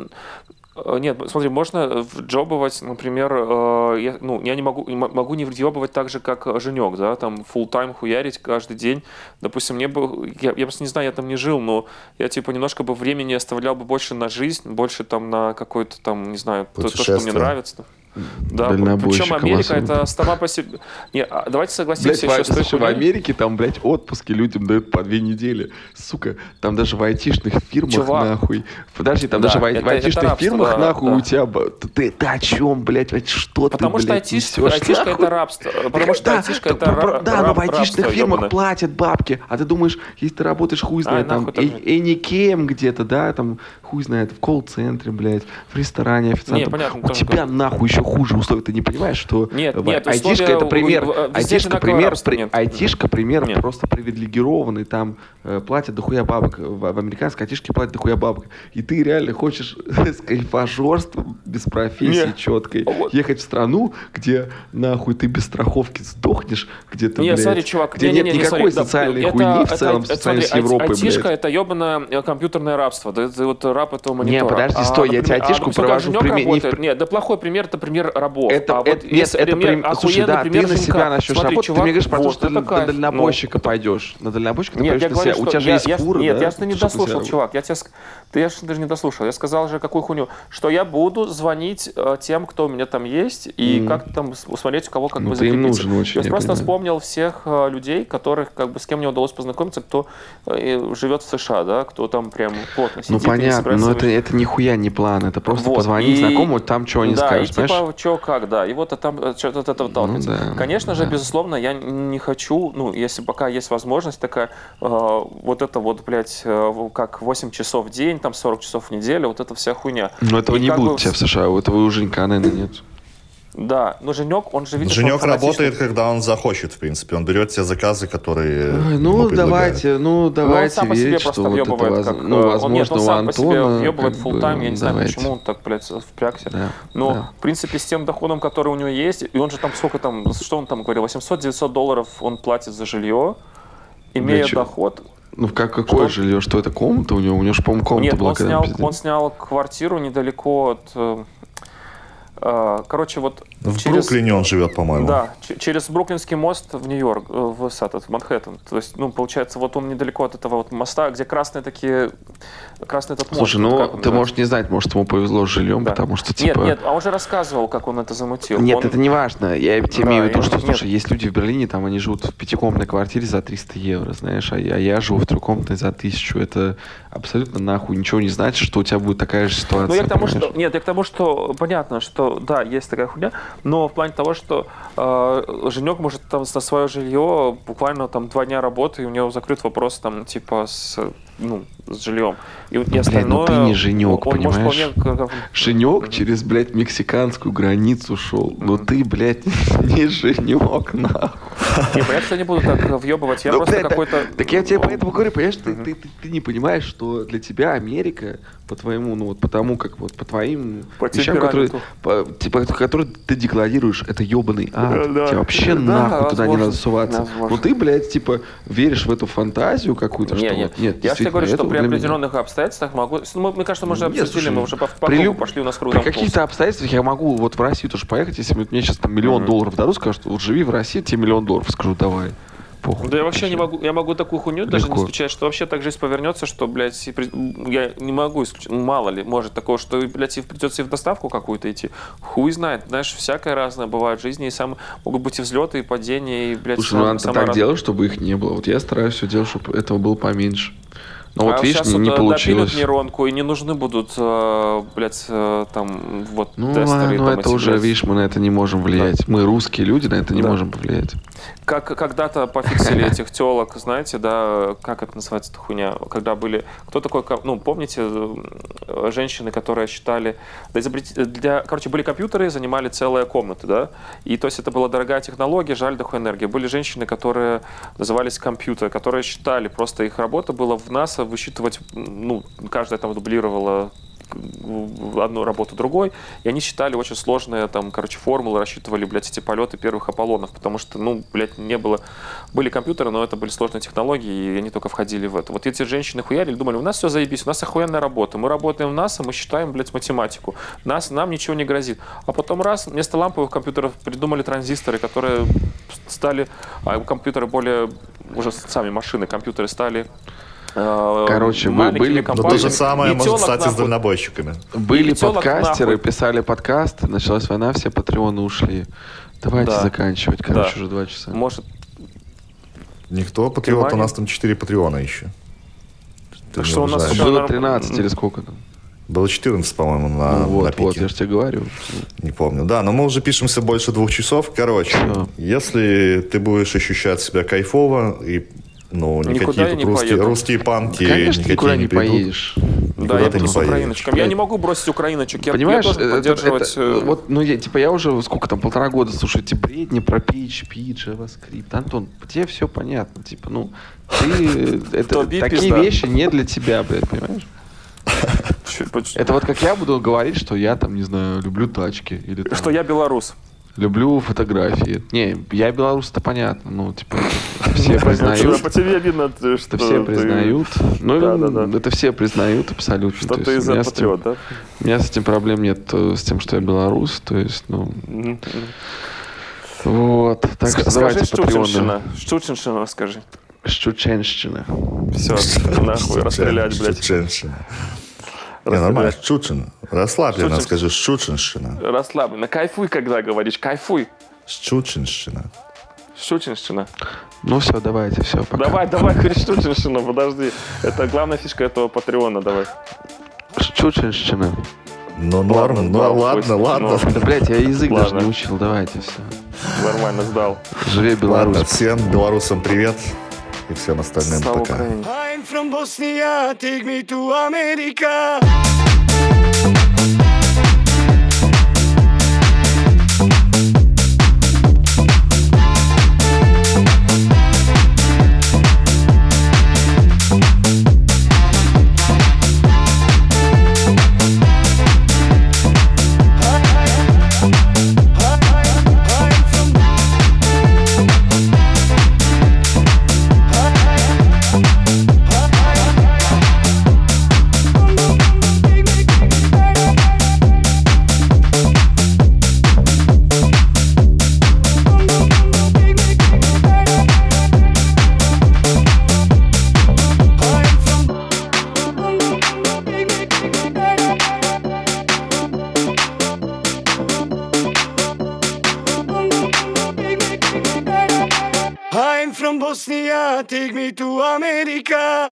э, нет, смотри, можно вджобывать, например, э, я, ну, я не могу, не мо- могу не въебывать так же, как Женек, да, там, full-time хуярить каждый день. Допустим, мне бы, я, я просто не знаю, я там не жил, но я, типа, немножко бы времени оставлял бы больше на жизнь, больше там на какой-то там, не знаю, то, то, что мне Путешествие. нравится. Да, Дальнобойщиком причем Америка особо. это сама по себе... Не, а давайте Блядь, согласимся еще в, с той слушай, в хуйней. Америке там, блядь, отпуски людям дают по две недели. Сука, там даже в айтишных фирмах, Чувак. нахуй. Подожди, там Да, даже в, ай- это- в айтишных это рабство, фирмах, да, нахуй, да. у тебя... б- Ты, ты о чем, блядь? Блядь, что Потому ты, что блядь, айтишка, несёшь, айтишка нахуй? это рабство. Потому что Да, айтишка так, это про- ра- Да, но раб- в айтишных рабство фирмах ёбаное. платят бабки, а ты думаешь, если ты работаешь хуй знает, там, нахуй так же. Эникем где-то, да, там, хуй знает, в колл-центре, блядь, в ресторане официантом. понятно, У тоже тебя нахуй еще хуже условия, ты не понимаешь, что Нет, в- нет, айтишка условия это у- пример, у- везде айтишка одинаковое пример, рабство при- нет. айтишка пример Нет. просто привилегированный, там э, платят дохуя бабок, в, в американской айтишке платят дохуя бабок, и ты реально хочешь с кайфажорством, без профессии Нет. четкой, Вот. ехать в страну, где нахуй ты без страховки сдохнешь, где-то, Нет, блядь, смотри, чувак, где не, не, нет не, не, никакой смотри, да, социальной это- хуйни в это- целом, это, в сравнении с смотри, Европой, айтишка блядь. это ебаное э, компьютерное рабство. Да, это вот раб этого монитора. подожди, А, стой, я тебе например, а, айтишку допустим, как провожу в Женек пример- не в работает- пр- Нет, да плохой пример, это пример рабов. Это, а это- вот нет, если это пример, прим- слушай, охуенный да, пример ты на Женька. себя начнешь Смотри, работать, чувак, ты мне говоришь про то, вот, что это на кайф. дальнобойщика Ну, пойдешь. На дальнобойщика ты Нет, пойдешь, я ты говорю, себя- у что тебя же я- есть я- фура, Нет, да? я что не Чтоб на дослушал, себя чувак. Я тебе, ск- ты я ж даже не дослушал. Я сказал же, какую хуйню. Что я буду звонить э, тем, кто у меня там есть, и Мгм. как-то там с- усмотреть, у кого как Ну, бы ты им закрепиться. нужен очень, Я я просто понимаю. вспомнил всех э, людей, которых, как бы, с кем мне удалось познакомиться, кто э, живет в США, да, кто там прям плотно сидит. Ну и не понятно, собирается но это, выезжать. это нихуя не план, это просто Вот, позвонить и- знакомому, там что они да, скажут, и понимаешь? типа, что, как, да. И вот а там э, что-то от этого отталкивается. Ну да, Конечно же, да. безусловно, я не хочу, ну, если пока есть возможность такая, э, вот это вот, блядь, э, как восемь часов в день, там сорок часов в неделю, вот эта вся хуйня. Но этого И не как будет бы у тебя в США, у этого у Женька, наверное, нет. Да, но Женек, он же видит, что Женек он фанатичный. работает, когда он захочет, в принципе. Он берет те заказы, которые Ой, ему ну, предлагают. давайте, ну, давайте сам по себе верить, просто что вот это, въебывает, воз- как, ну, э, возможно, он, нет, он у сам по себе Антона, въебывает как бы, full-time, я не знаю, давайте. почему он так, блядь, впрягся. Да, Но, да. в принципе, с тем доходом, который у него есть, и он же там сколько там, что он там говорил, восемьсот-девятьсот долларов он платит за жилье, имея чё? доход. Ну, как, какое Что? жилье? Что это, комната у него? У него же, по-моему, комната Нет, была, он когда снял, пиздец. он снял квартиру недалеко от... э, э, короче, вот В через... Бруклине он живет, по-моему. Да, ч- через Бруклинский мост в Нью-Йорк, э, в, сад, в Манхэттен. То есть, ну, получается, вот он недалеко от этого вот моста, где красные такие... Красный этот мост. Слушай, вот ну, как он ты называется? можешь не знать, может, ему повезло с жильем, Да. потому что, Нет, типа... нет, а он же рассказывал, как он это замутил. Нет, Он- это не важно. Я тебе Да, имею в виду, я- что, нет. слушай, есть люди в Берлине, там они живут в пятикомнатной квартире за триста евро, знаешь, а я, а я живу в трехкомнатной за тысячу. Это абсолютно нахуй ничего не значит, что у тебя будет такая же ситуация. Ну, я к тому, понимаешь? что... Нет, я к тому, что понятно, что, да, есть такая хуйня, но в плане того, что э, Женек может там на свое жилье буквально там два дня работы, и у него закрыт вопрос там, типа, с, ну, с жильем. И, и блядь, ну остальное... ты не Женек, он может понимаешь? вполне... как- Женек через, блядь, мексиканскую границу шел. Но ты, блядь, не Женек, нахуй. Не, понятно, что я не буду так въебывать, я Ну, просто блядь, какой-то... Так я тебе поэтому говорю, понимаешь, ты, ты, ты, ты не понимаешь, что для тебя Америка, по твоему, ну вот по тому, как вот по твоим По вещам, которые, темпераменту. по, типа, которые ты декларируешь, это ебаный ад. Да, Тебе вообще да, нахуй туда не возможно, надо суваться. возможно. Но ты, блядь, типа, веришь в эту фантазию какую-то, Не, что нет, вот, нет, я же тебе действительно, говорю, что это при для меня. определенных обстоятельствах могу... Ну, мы, мне кажется, мы уже Нет, обсудили, слушай, мы уже по, по при кругу люб- пошли, у нас круг При замкнулся. каких-то обстоятельствах я могу вот в Россию тоже поехать, если мне сейчас там миллион Мгм. долларов дадут, скажут, вот живи в России, тебе миллион долларов, скажу, давай. Похуй. Да я вообще не могу, я могу такую хуйню даже не Легко. исключать, что вообще так жизнь повернется, что, блядь, и при- я не могу исключать, ну, мало ли, может такого, что, блядь, и придется и в доставку какую-то идти. Хуй знает, знаешь, всякое разное бывает в жизни, и сам могут быть и взлеты, и падения, и, блядь, Слушай, ну надо самое так разное. делать, чтобы их не было. Вот я стараюсь все делать, чтобы этого было поменьше. Но вот а видишь, сейчас не, не вот, э, получилось. допилят нейронку, и не нужны будут, э, блядь, э, там, вот, Ну, тестеры. ладно, ну там это эти, уже, блядь. видишь, мы на это не можем влиять. Мы русские люди, на это не Да. можем повлиять. Как когда-то пофиксили этих телок, знаете, да, как это называется, эта хуйня, когда были, кто такой, ну, помните, женщины, которые считали, для, для, короче, были компьютеры, занимали целые комнаты, да, и то есть это была дорогая технология, жаль дохуя энергии. Были женщины, которые назывались компьютеры, которые считали, просто их работа была в НАСА высчитывать, ну, каждая там дублировала одну работу другой, и они считали очень сложные, там, короче, формулы, рассчитывали, блядь, эти полеты первых Аполлонов, потому что, ну, блядь, не было... Были компьютеры, но это были сложные технологии, и они только входили в это. Вот эти женщины хуярили, думали, у нас все заебись, у нас охуенная работа, мы работаем в НАСА, мы считаем, блядь, математику, нас, нам ничего не грозит. А потом раз, вместо ламповых компьютеров придумали транзисторы, которые стали... А компьютеры более... Уже сами машины, компьютеры стали... Короче, мы были... Но то же самое может стать и с дальнобойщиками. Были подкастеры, писали подкаст, началась война, все патреоны ушли. Давайте да. заканчивать, короче, да. уже два часа. Может... Никто, патриот, у нас там четыре патреона еще. Так что у нас еще было тринадцать или сколько там? Было четырнадцать, по-моему, на, ну, вот, на пике. Вот, я же тебе говорю. Не помню. Да, но мы уже пишемся больше двух часов. Короче, Все. если ты будешь ощущать себя кайфово и ну, никакие тут не русские, русские панки Конечно, никакие никуда не, не придут. поедешь. Да, я буду с украиночком. Я не могу бросить украиночек. Я, Понимаешь, я должен поддерживать... это, это, вот, ну, я, типа, я уже сколько там, полтора года слушаю эти бредни про пи эйч пи, JavaScript. Антон, тебе все понятно. Типа, ну, ты... Это, такие вещи не для тебя, блядь, понимаешь? Это вот как я буду говорить, что я там, не знаю, люблю тачки. Или, там, что я белорус. Люблю фотографии. Не, я белорус, это понятно. Ну, типа, все признают. По тебе видно, что это все признают. Ну, это все признают абсолютно. Что ты из-за патриот, да? У меня с этим проблем нет, с тем, что я белорус. То есть, ну... Вот. Так что давайте патреоны. Щучинщина расскажи. Щученщина. Все, нахуй, расстрелять, блядь. Щученщина. Не, нормально, Щучина. Расслабленно скажи, Щучинщина. Расслабленно. Кайфуй, когда говоришь, кайфуй. Щучинщина. Щучинщина. Ну все, давайте, все, пока. Давай, давай, говори Щучинщина, подожди. Это главная фишка этого патреона, давай. Щучинщина. Ну, норм, ну ладно, ладно. Да, блядь, я язык даже не учил, давайте, все. Нормально, сдал. Живи Беларусь. Ладно, всем белорусам привет. И всем остальным Слава пока. Украине. I'm from Bosnia, take me to America. I'm from Bosnia, take me to America.